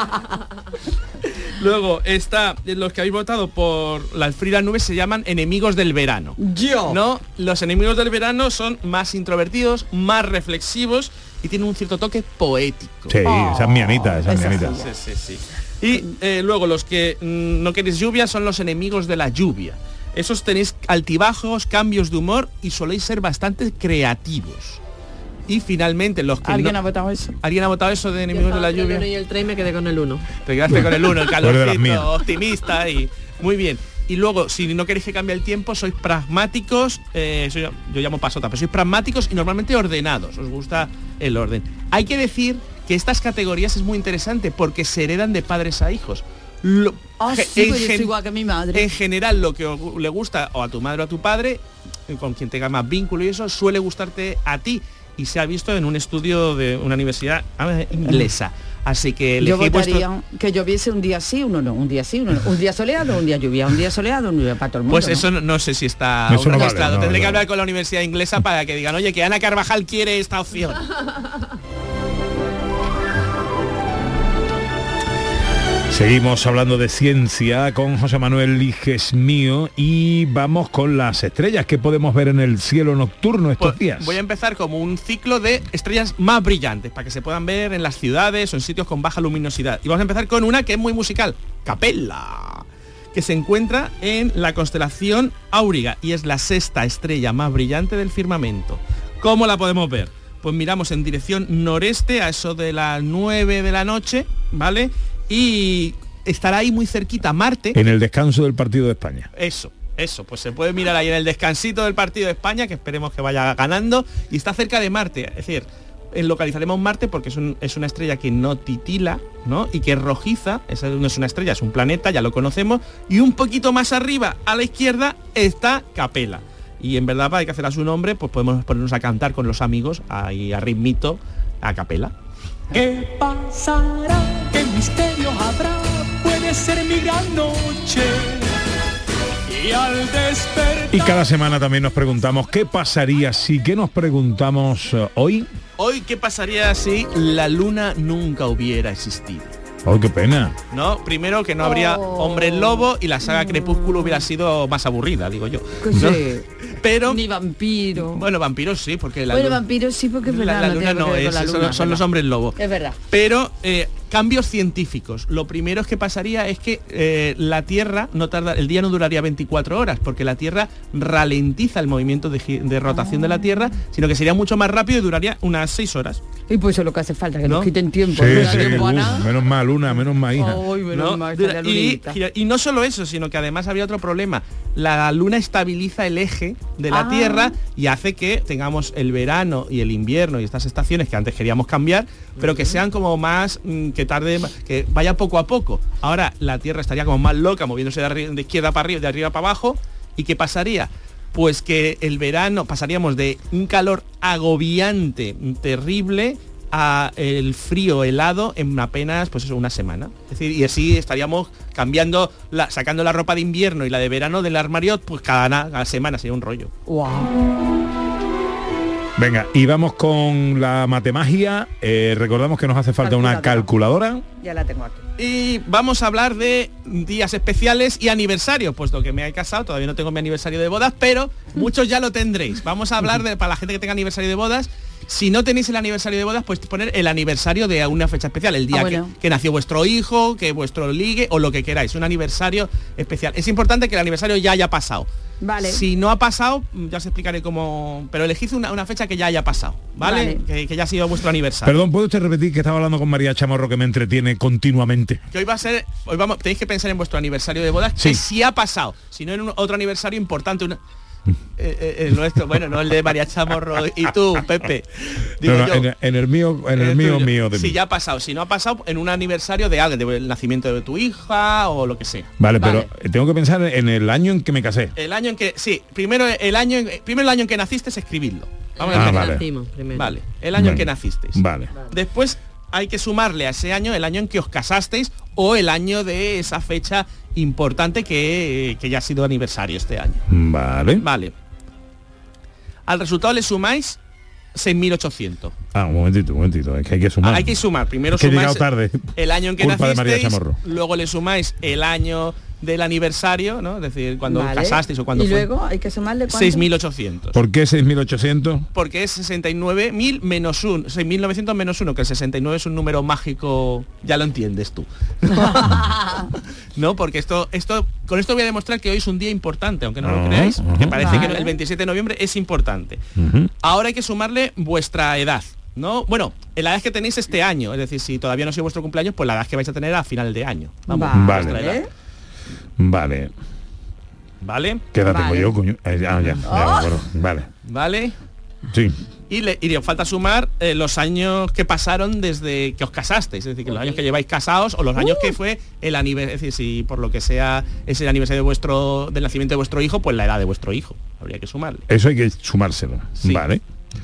Luego está los que habéis votado por las frías nubes, se llaman enemigos del verano. Yo. ¿No? Los enemigos del verano son más introvertidos, más reflexivos y tienen un cierto toque poético. Sí, oh, esa es mi Anita, esa es mi Anita. Sí, sí, sí. Y eh, luego los que mmm, no queréis lluvia son los enemigos de la lluvia. Esos tenéis altibajos, cambios de humor y soléis ser bastante creativos. Y finalmente los que ¿Alguien no... ha votado eso? ¿Alguien ha votado eso de enemigos de la lluvia? El uno y el tres me quedé con el uno. Te quedaste con el uno, el calorcito, optimista y... Muy bien. Y luego, si no queréis que cambie el tiempo, sois pragmáticos, eh, soy, yo llamo pasota, pero sois pragmáticos y normalmente ordenados, os gusta el orden. Hay que decir que estas categorías es muy interesante porque se heredan de padres a hijos. Lo, oh, sí, en, pues yo soy igual que mi madre. En general, lo que le gusta o a tu madre o a tu padre, con quien tenga más vínculo y eso, suele gustarte a ti. Y se ha visto en un estudio de una universidad inglesa. Así que yo votaría vuestro... que lloviese un día sí, uno no, un día sí, uno no, un día soleado, un día lluvia, un día soleado, un día para todo el mundo. Pues eso no, no sé si está no registrado. Vale, no, Tendré no. que hablar con la universidad inglesa para que digan, oye, que Ana Carvajal quiere esta opción. Seguimos hablando de ciencia con José Manuel Liges Mío y vamos con las estrellas que podemos ver en el cielo nocturno estos pues, días. Voy a empezar como un ciclo de estrellas más brillantes para que se puedan ver en las ciudades o en sitios con baja luminosidad. Y vamos a empezar con una que es muy musical, Capella, que se encuentra en la constelación Auriga y es la sexta estrella más brillante del firmamento. ¿Cómo la podemos ver? Pues miramos en dirección noreste a eso de las nueve de la noche, ¿vale? Y estará ahí muy cerquita Marte. En el descanso del partido de España. Eso, eso, pues se puede mirar ahí en el descansito del partido de España, que esperemos que vaya ganando, y está cerca de Marte. Es decir, localizaremos Marte porque es, un, es una estrella que no titila, ¿no? Y que es rojiza, esa no es una estrella, es un planeta, ya lo conocemos, y un poquito más arriba, a la izquierda, está Capella. y en verdad hay que hacer a su nombre, pues podemos ponernos a cantar con los amigos, ahí a ritmito, a capela. ¿Qué pasará? ¿Qué misterio habrá? Puede ser mi gran noche. Y al despertar... Y cada semana también nos preguntamos qué pasaría si, ¿qué nos preguntamos uh, hoy? Hoy, ¿qué pasaría si la luna nunca hubiera existido? Oh, qué pena. No, primero que no habría Oh. Hombre Lobo y la saga Crepúsculo hubiera sido más aburrida, digo yo. Que ¿no? sí. Pero Ni vampiro. bueno, vampiros sí, porque la Bueno, luna, vampiros sí, porque es verdad, la, la no luna tiene no que ver es, con la son- luna, son los ¿verdad? hombres lobo. Es verdad. Pero eh, cambios científicos. Lo primero que pasaría es que eh, la Tierra no tarda, el día no duraría veinticuatro horas, porque la Tierra ralentiza el movimiento de, gi- de rotación de la Tierra, sino que sería mucho más rápido y duraría unas seis horas. Y pues eso es lo que hace falta, que ¿No? nos quiten tiempo. Sí, no da sí, tiempo a uh, nada. menos mal una, menos mal hija. Ay, menos ¿no? mal, Dura- estaría y, lunita. gira- y no solo eso, sino que además habría otro problema. La luna estabiliza el eje de la Ah. Tierra y hace que tengamos el verano y el invierno y estas estaciones que antes queríamos cambiar, pero que sean como más, mm, que tarde, que vaya poco a poco. Ahora la Tierra estaría como más loca, moviéndose de, arri- de izquierda para arriba, de arriba para abajo. ¿Y qué pasaría? Pues que el verano pasaríamos de un calor agobiante, terrible, a el frío helado en apenas pues eso, una semana. Es decir, y así estaríamos cambiando, la, sacando la ropa de invierno y la de verano del armario, pues cada, na- cada semana sería un rollo. Venga, y vamos con la matemagia. Eh, recordamos que nos hace falta una calculadora. Ya la tengo aquí. Y vamos a hablar de días especiales y aniversarios, puesto que me he casado, todavía no tengo mi aniversario de bodas, pero muchos ya lo tendréis. Vamos a hablar de, para la gente que tenga aniversario de bodas, si no tenéis el aniversario de bodas, pues poner el aniversario de una fecha especial, el día Ah, bueno. que, que nació vuestro hijo, que vuestro ligue o lo que queráis, un aniversario especial. Es importante que el aniversario ya haya pasado. Vale. Si no ha pasado, ya os explicaré cómo... Pero elegid una, una fecha que ya haya pasado, ¿vale? Vale. Que, que ya ha sido vuestro aniversario. Perdón, ¿puede usted repetir que estaba hablando con María Chamorro, que me entretiene continuamente? Que hoy va a ser, hoy vamos, tenéis que pensar en vuestro aniversario de bodas, Sí. que sí ha pasado, si no en un, otro aniversario importante, una, eh, eh, el nuestro, bueno, no el de María Chamorro y tú, Pepe. Digo No, no, yo, en, en el mío, en el, el mío, tuyo. mío de Si mí. ya ha pasado, si no ha pasado, en un aniversario de alguien, del nacimiento de tu hija o lo que sea. Vale, pero eh, tengo que pensar en el año en que me casé. El año en que, sí, primero el año, en- primero el año en que naciste es escribirlo. Vamos Ah, a empezar. vale. Nacimos primero. Vale, el año en Venga. que nacisteis. Vale. Después hay que sumarle a ese año el año en que os casasteis o el año de esa fecha importante que, que ya ha sido aniversario este año. Vale. Vale. Al resultado le sumáis seis mil ochocientos. Ah, un momentito, un momentito, es que hay que sumar. Hay que sumar. Primero Es que he sumáis llegado tarde. el año en que Culpa de María nacisteis, Chamorro. luego le sumáis el año del aniversario, ¿no? Es decir, cuando Vale. casasteis o cuando y fue. luego hay que sumarle cuánto. seis mil ochocientos. ¿Por qué seis mil ochocientos? Porque es sesenta y nueve mil menos uno, seis mil novecientos menos uno, que el sesenta y nueve es un número mágico, ya lo entiendes tú. No, porque esto, esto, con esto voy a demostrar que hoy es un día importante, aunque no lo Ah, creáis, ajá. que parece Vale. que el veintisiete de noviembre es importante. Ujú. Ahora hay que sumarle vuestra edad, ¿no? Bueno, la edad que tenéis este año, es decir, si todavía no ha sido vuestro cumpleaños, pues la edad que vais a tener a final de año. Vamos, Vale. vuestra edad. Vale. ¿Vale? ¿Qué edad Vale. tengo yo, coño? Eh, ah, ya, ya, Oh. me acuerdo. Vale. ¿Vale? Sí. Y, le, y os falta sumar eh, los años que pasaron desde que os casasteis, es decir, que los años que lleváis casados o los años que fue el aniversario, es decir, si por lo que sea es el aniversario de vuestro del nacimiento de vuestro hijo, pues la edad de vuestro hijo, habría que sumarle. Eso hay que sumárselo. Vale.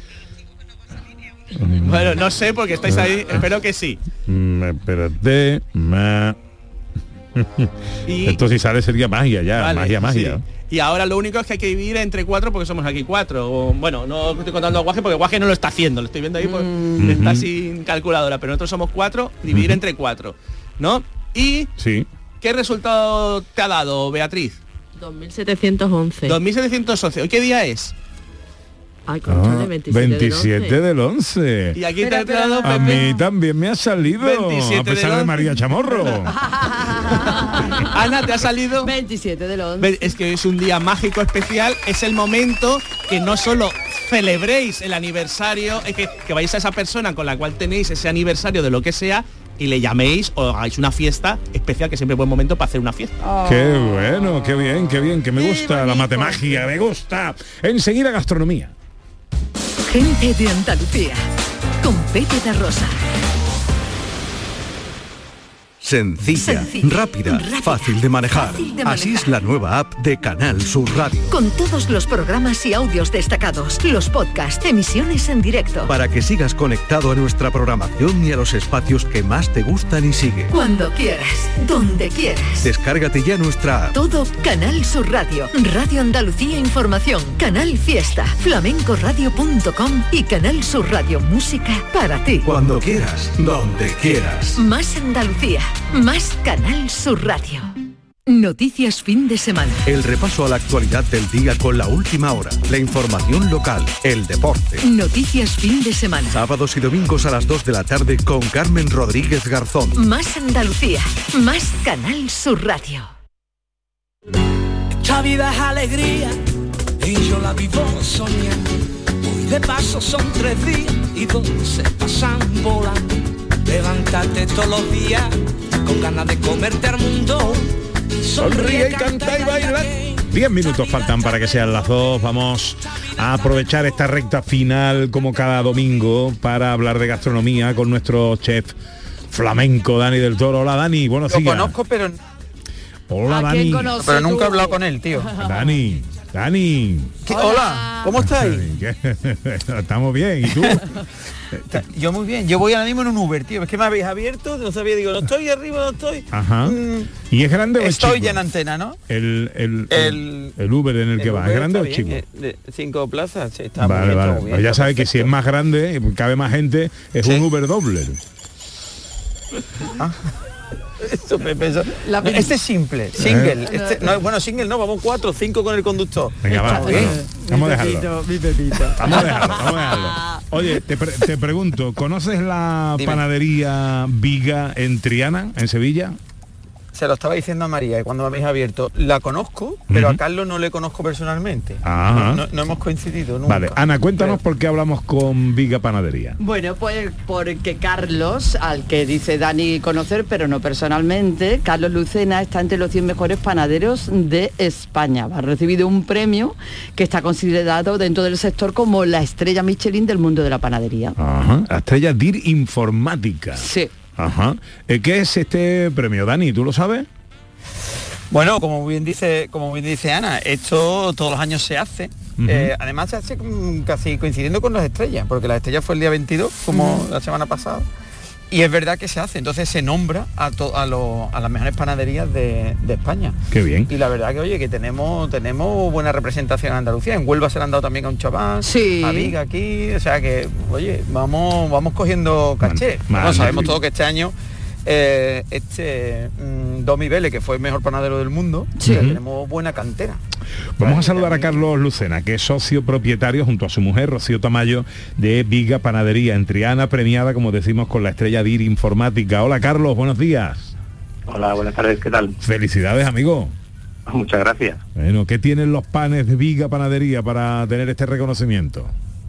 Bueno, no sé porque estáis ahí, espero que sí. Mm, espérate. Ma... Y- Esto si sale sería magia ya, Vale, magia, magia. sí. Y ahora lo único es que hay que dividir entre cuatro porque somos aquí cuatro. O, bueno, no estoy contando a Guaje porque Guaje no lo está haciendo, lo estoy viendo ahí porque Mm. está Ujú. sin calculadora, pero nosotros somos cuatro, dividir Ujú. entre cuatro, ¿no? Y Sí. ¿qué resultado te ha dado, Beatriz? dos mil setecientos once. dos mil setecientos once. ¿Hoy qué día es? Ay, Ah, conchale, veintisiete, veintisiete del once. Y aquí te ha dado A mí también me ha salido, veintisiete a pesar del de María Chamorro. Ana, ¿te ha salido? veintisiete del once. Ve- Es que hoy es un día mágico especial, es el momento que no solo celebréis el aniversario, es que, que vayáis a esa persona con la cual tenéis ese aniversario de lo que sea y le llaméis o hagáis una fiesta especial, que siempre es buen momento para hacer una fiesta. Qué bueno, qué bien, qué bien, que me gusta la matemagia, me gusta. Enseguida gastronomía. Gente de Andalucía, con Pepe da Rosa. Sencilla, Sencilla, rápida, rápida, fácil de manejar. fácil de Así manejar. es la nueva app de Canal Sur Radio. Con todos los programas y audios destacados, los podcasts, emisiones en directo. Para que sigas conectado a nuestra programación y a los espacios que más te gustan y sigue. Cuando quieras, donde quieras. Descárgate ya nuestra app. Todo Canal Sur Radio, Radio Andalucía Información, Canal Fiesta, flamencoradio punto com y Canal Sur Radio Música para ti. Cuando quieras, donde quieras. Más Andalucía, más Canal Sur Radio. Noticias fin de semana. El repaso a la actualidad del día con la última hora, la información local, el deporte. Noticias fin de semana. Sábados y domingos a las dos de la tarde con Carmen Rodríguez Garzón. Más Andalucía, más Canal Sur Radio. Esta vida es alegría y yo la vivo soñando. Hoy de paso son tres días y dos se pasan volando. Levántate todos los días con ganas de comerte al mundo. Sonríe y canta y baila. Diez minutos faltan para que sean las dos. Vamos a aprovechar esta recta final como cada domingo para hablar de gastronomía con nuestro chef flamenco Dani del Toro. Hola Dani, buenos días. Lo conozco, pero... Hola Dani. Pero nunca he hablado con él, tío. Dani, Dani. ¿Qué? Hola, ¿cómo estáis? Estamos bien, ¿y tú? Yo muy bien, yo voy ahora mismo en un Uber, tío. Es que me habéis abierto, no sabía, digo, no estoy arriba, no estoy. Ajá. Mm, ¿Y es grande o es Estoy chico? ya en antena, ¿no? El, el, El- el Uber en el que El va, Uber ¿es grande o está chico? bien, eh, de cinco plazas, sí, está muy Vale, bien, vale. está muy bien, Pues ya está sabes que si es más grande, cabe más gente, es un Uber doble. Eso, Pepe, eso. Este es simple, single. Este, no, bueno, single no, vamos cuatro o cinco con el conductor. Venga, va. Está bien. Vamos a dejarlo. Mi Pepito. Vamos a dejarlo, vamos a dejarlo. Oye, te, pre- te pregunto, ¿conoces la Dime. panadería Viga en Triana, en Sevilla? Se lo estaba diciendo a María y cuando me habéis abierto, la conozco, pero Ujú. a Carlos no le conozco personalmente. Ajá. No, no- no hemos coincidido nunca. Vale, Ana, cuéntanos por qué hablamos con Viga Panadería. Bueno, pues porque Carlos, al que dice Dani conocer, pero no personalmente, Carlos Lucena está entre los cien mejores panaderos de España. Ha recibido un premio que está considerado dentro del sector como la estrella Michelin del mundo de la panadería. Ajá. La estrella D I R Informática. Sí. Ajá. Eh, ¿Qué es este premio, Dani? ¿Tú lo sabes? Bueno, como bien dice, como bien dice Ana, esto todos los años se hace. Ujú. Eh, además se hace mm, casi coincidiendo con las estrellas, porque las estrellas fue el día veintidós, como Ujú. la semana pasada. Y es verdad que se hace, entonces se nombra a, to- a, lo- a las mejores panaderías de, de España. Qué bien. Y la verdad que, oye, que tenemos tenemos buena representación en Andalucía. En Huelva se le han dado también a un chaval, Sí. a Viga aquí, o sea que, oye, vamos vamos cogiendo caché. Man- Bueno, sabemos magnífico. todo que este año eh, este mm, Domi Vélez, que fue el mejor panadero del mundo, Sí. o sea, tenemos buena cantera. Vamos a saludar a Carlos Lucena, que es socio propietario junto a su mujer, Rocío Tamayo, de Viga Panadería en Triana, premiada, como decimos, con la estrella D I R Informática. Hola Carlos, buenos días. Hola, buenas tardes, ¿qué tal? Felicidades, amigo. Muchas gracias. Bueno, ¿qué tienen los panes de Viga Panadería para tener este reconocimiento?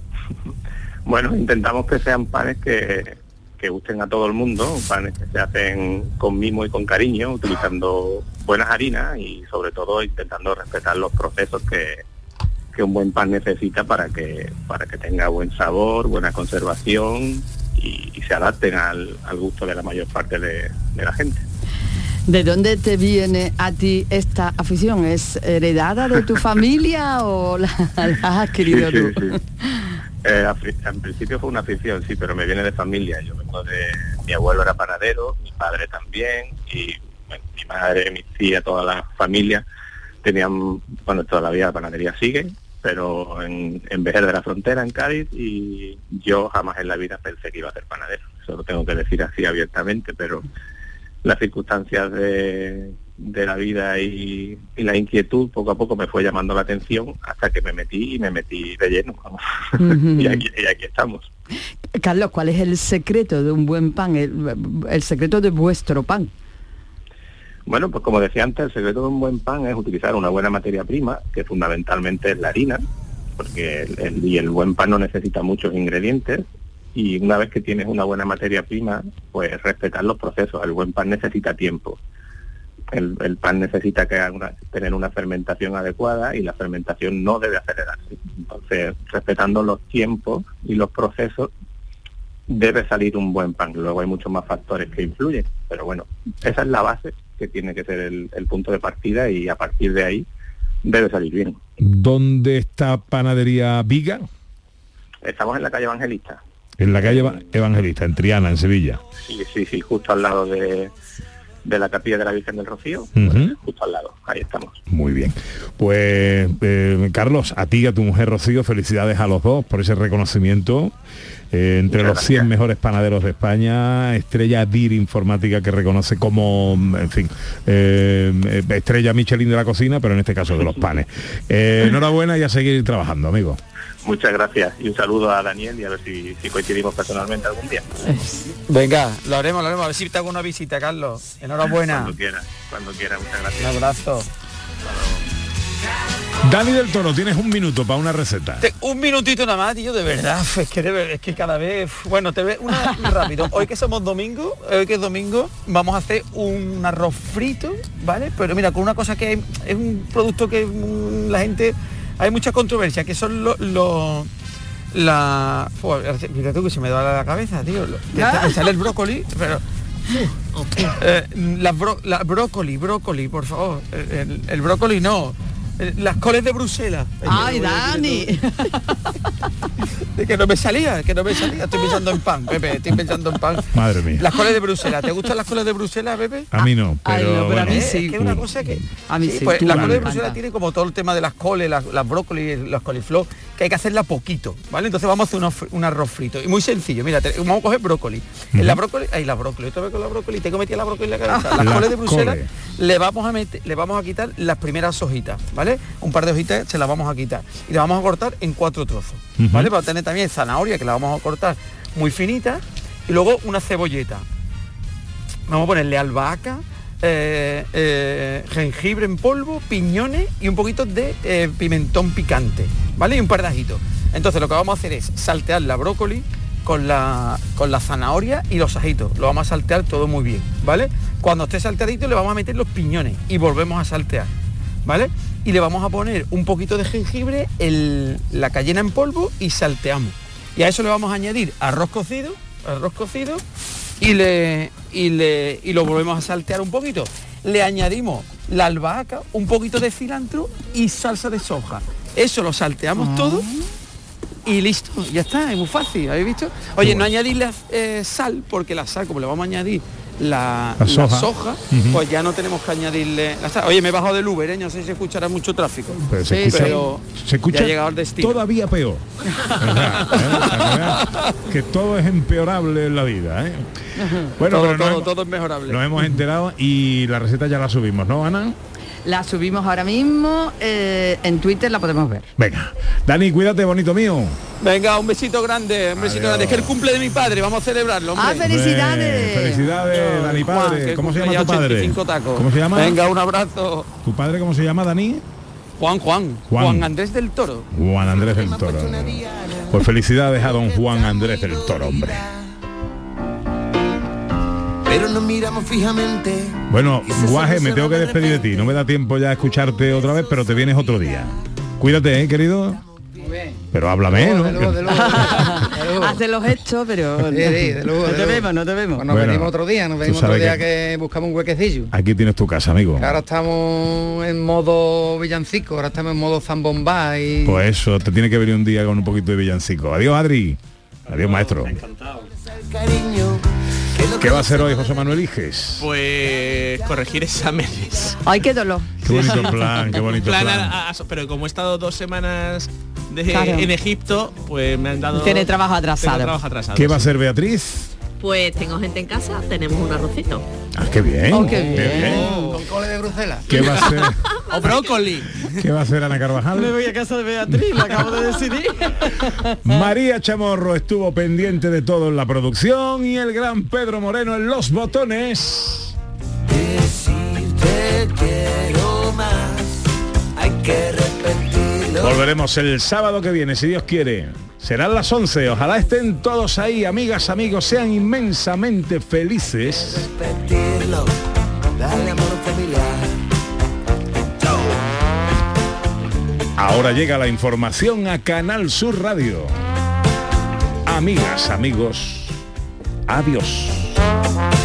Bueno, intentamos que sean panes que, que gusten a todo el mundo, panes que se hacen con mimo y con cariño, utilizando buenas harinas y sobre todo intentando respetar los procesos que, que un buen pan necesita para que para que tenga buen sabor, buena conservación y, y se adapten al, al gusto de la mayor parte de, de la gente. ¿De dónde te viene a ti esta afición? ¿Es heredada de tu familia o la, la has adquirido Sí, sí, tú? sí. Eh, afi- en principio fue una afición, sí, pero me viene de familia. Yo vengo de... Mi abuelo era panadero, mi padre también, y bueno, mi madre, mi tía, toda la familia tenían... Bueno, todavía la panadería sigue, pero en, en Vejer de la Frontera, en Cádiz, y yo jamás en la vida pensé que iba a ser panadero. Eso lo tengo que decir así abiertamente, pero las circunstancias de, de la vida y, y la inquietud poco a poco me fue llamando la atención hasta que me metí y me metí de lleno. Vamos. Ujú. y, aquí, y aquí estamos. Carlos, ¿cuál es el secreto de un buen pan? El, el secreto de vuestro pan. Bueno, pues como decía antes, el secreto de un buen pan es utilizar una buena materia prima, que fundamentalmente es la harina, porque el, el- y el buen pan no necesita muchos ingredientes, y una vez que tienes una buena materia prima, pues respetar los procesos. El buen pan necesita tiempo. El, el pan necesita que haga una- tener una fermentación adecuada y la fermentación no debe acelerarse. Entonces, respetando los tiempos y los procesos, debe salir un buen pan. Luego hay muchos más factores que influyen, pero bueno, esa es la base que tiene que ser el, el punto de partida y a partir de ahí debe salir bien. ¿Dónde está Panadería Viga? Estamos en la calle Evangelista. En la calle Eva- Evangelista, en Triana, en Sevilla. Sí, sí, sí, justo al lado de, de la capilla de la Virgen del Rocío, Uh-huh. pues, justo al lado, ahí estamos. Muy bien. Pues, eh, Carlos, a ti y a tu mujer Rocío, felicidades a los dos por ese reconocimiento. Eh, entre Muchas los cien mejores panaderos de España, estrella D I R Informática que reconoce como, en fin, eh, estrella Michelin de la cocina, pero en este caso de los panes. Eh, enhorabuena y a seguir trabajando, amigo. Muchas gracias y un saludo a Daniel y a ver si, si coincidimos personalmente algún día. Venga, lo haremos, lo haremos. A ver si te hago una visita, Carlos. Enhorabuena. Cuando quiera, cuando quiera, muchas gracias. Un abrazo. Dani del Toro, tienes un minuto para una receta. Te- un minutito nada más, tío, de verdad. Es que, de ver- es que cada vez... Bueno, te ve una rápido. Hoy que somos domingo, hoy que es domingo, vamos a hacer un arroz frito, ¿vale? Pero mira, con una cosa que es un producto que mm, la gente... Hay mucha controversia, que son los... Lo, la... Fua, mira tú que se me da la cabeza, tío. Lo- Me sale el brócoli, pero... Eh, la, bro- la brócoli, brócoli, por favor. El, el- el brócoli no. El- Las coles de Bruselas. Ay, Dani. De que no me salía, que no me salía. Estoy pensando en pan, Pepe, estoy pensando en pan. Madre mía. Las coles de Bruselas. ¿Te gustan las coles de Bruselas, Pepe? A mí no, pero, Ay, no, pero a mí bueno. sí. Es que es una cosa que... A mí sí, sí, pues, tú, la a mí cole de me Bruselas encanta. tiene como todo el tema de las coles, las, las brócolis, los coliflor, que hay que hacerla poquito, ¿vale? Entonces vamos a hacer unos fr- un arroz frito. Y muy sencillo, mira, te- vamos a coger brócoli. En la brócoli, ahí la brócoli, otra vez con la brócoli, tengo metida la brócoli en la cabeza. Las Las coles de Bruselas coles. le vamos a meter, le vamos a quitar las primeras hojitas, ¿vale? Un par de hojitas se las vamos a quitar. Y las vamos a cortar en cuatro trozos, Ujú. ¿vale? Para tener también zanahoria, que la vamos a cortar muy finita. Y luego una cebolleta. Vamos a ponerle albahaca, eh, eh, jengibre en polvo, piñones y un poquito de eh, pimentón picante, ¿vale? Y un par de ajitos. Entonces lo que vamos a hacer es saltear la brócoli con la, con la zanahoria y los ajitos. Lo vamos a saltear todo muy bien, ¿vale? Cuando esté salteadito le vamos a meter los piñones y volvemos a saltear, ¿vale? Y le vamos a poner un poquito de jengibre, el, la cayena en polvo y salteamos. Y a eso le vamos a añadir arroz cocido, arroz cocido y le y le y lo volvemos a saltear un poquito. Le añadimos la albahaca, un poquito de cilantro y salsa de soja. Eso lo salteamos todo y listo, ya está, es muy fácil, ¿habéis visto? Oye, no añadirle eh, sal, porque la sal, como le vamos a añadir la, La la soja. soja, Ujú. pues ya no tenemos que añadirle la sal. Oye, me he bajado del Uber, ¿eh? No sé si se escuchará mucho tráfico. Pero se escucha, pero se escucha ya he llegado al destino. todavía peor. ¿Verdad? ¿Eh? La verdad que todo es empeorable en la vida, ¿eh? Bueno, todo, pero nos todo, hemos- todo es mejorable. Nos hemos enterado y la receta ya la subimos, ¿no, Ana? La subimos ahora mismo, eh, en Twitter la podemos ver. Venga. Dani, cuídate, bonito mío. Venga, un besito grande, un besito Adiós. grande. Es que el cumple de mi padre, vamos a celebrarlo, hombre. ¡Ah, felicidades! Hombre, felicidades, Dani Juan, padre. que ¿Cómo se cumple llama ya tu padre? ochenta y cinco tacos. ¿Cómo se llama? Venga, un abrazo. ¿Tu padre cómo se llama, Dani? Juan, Juan, Juan. Juan, Andrés del Toro. Juan Andrés del Toro. Pues felicidades a don Juan Andrés del Toro, hombre. Pero nos miramos fijamente. Bueno, Guaje, me tengo que despedir de ti. No me da tiempo ya a escucharte otra vez, pero te vienes otro día. Cuídate, ¿eh, querido? Pero háblame, ¿no? Hace los gestos, pero Sí, sí, de lujo, no de te lujo. vemos, no te vemos. Pues nos Bueno, venimos otro día, nos tú venimos otro sabes día que- que... buscamos un huequecillo. Aquí tienes tu casa, amigo. Que ahora estamos en modo villancico, ahora estamos en modo zambomba y... Pues eso, te tiene que venir un día con un poquito de villancico. Adiós, Adri. Adiós, maestro. ¿Qué va a hacer hoy José Manuel Iges? Pues corregir exámenes. Ay, qué dolor. Qué bonito plan, qué bonito Plan plan. a- a- pero como he estado dos semanas de- Claro. en Egipto, pues me han dado... Tiene trabajo atrasado. Tengo trabajo atrasado. ¿Qué va a hacer Beatriz? Pues tengo gente en casa, tenemos un arrocito. Ah, qué bien. Oh, qué bien. Con cole de Bruselas. ¿Qué va a hacer? O brócoli. ¿Qué va a hacer Ana Me Carvajal? voy a casa de Beatriz, lo acabo de decidir. María Chamorro estuvo pendiente de todo en la producción y el gran Pedro Moreno en los botones. Decirte quiero más. Hay que repetirlo. Volveremos el sábado que viene, si Dios quiere. Serán las once. Ojalá estén todos ahí, amigas, amigos, sean inmensamente felices. Repetirlo. Dale amor familiar. Ahora llega la información a Canal Sur Radio. Amigas, amigos, Adiós.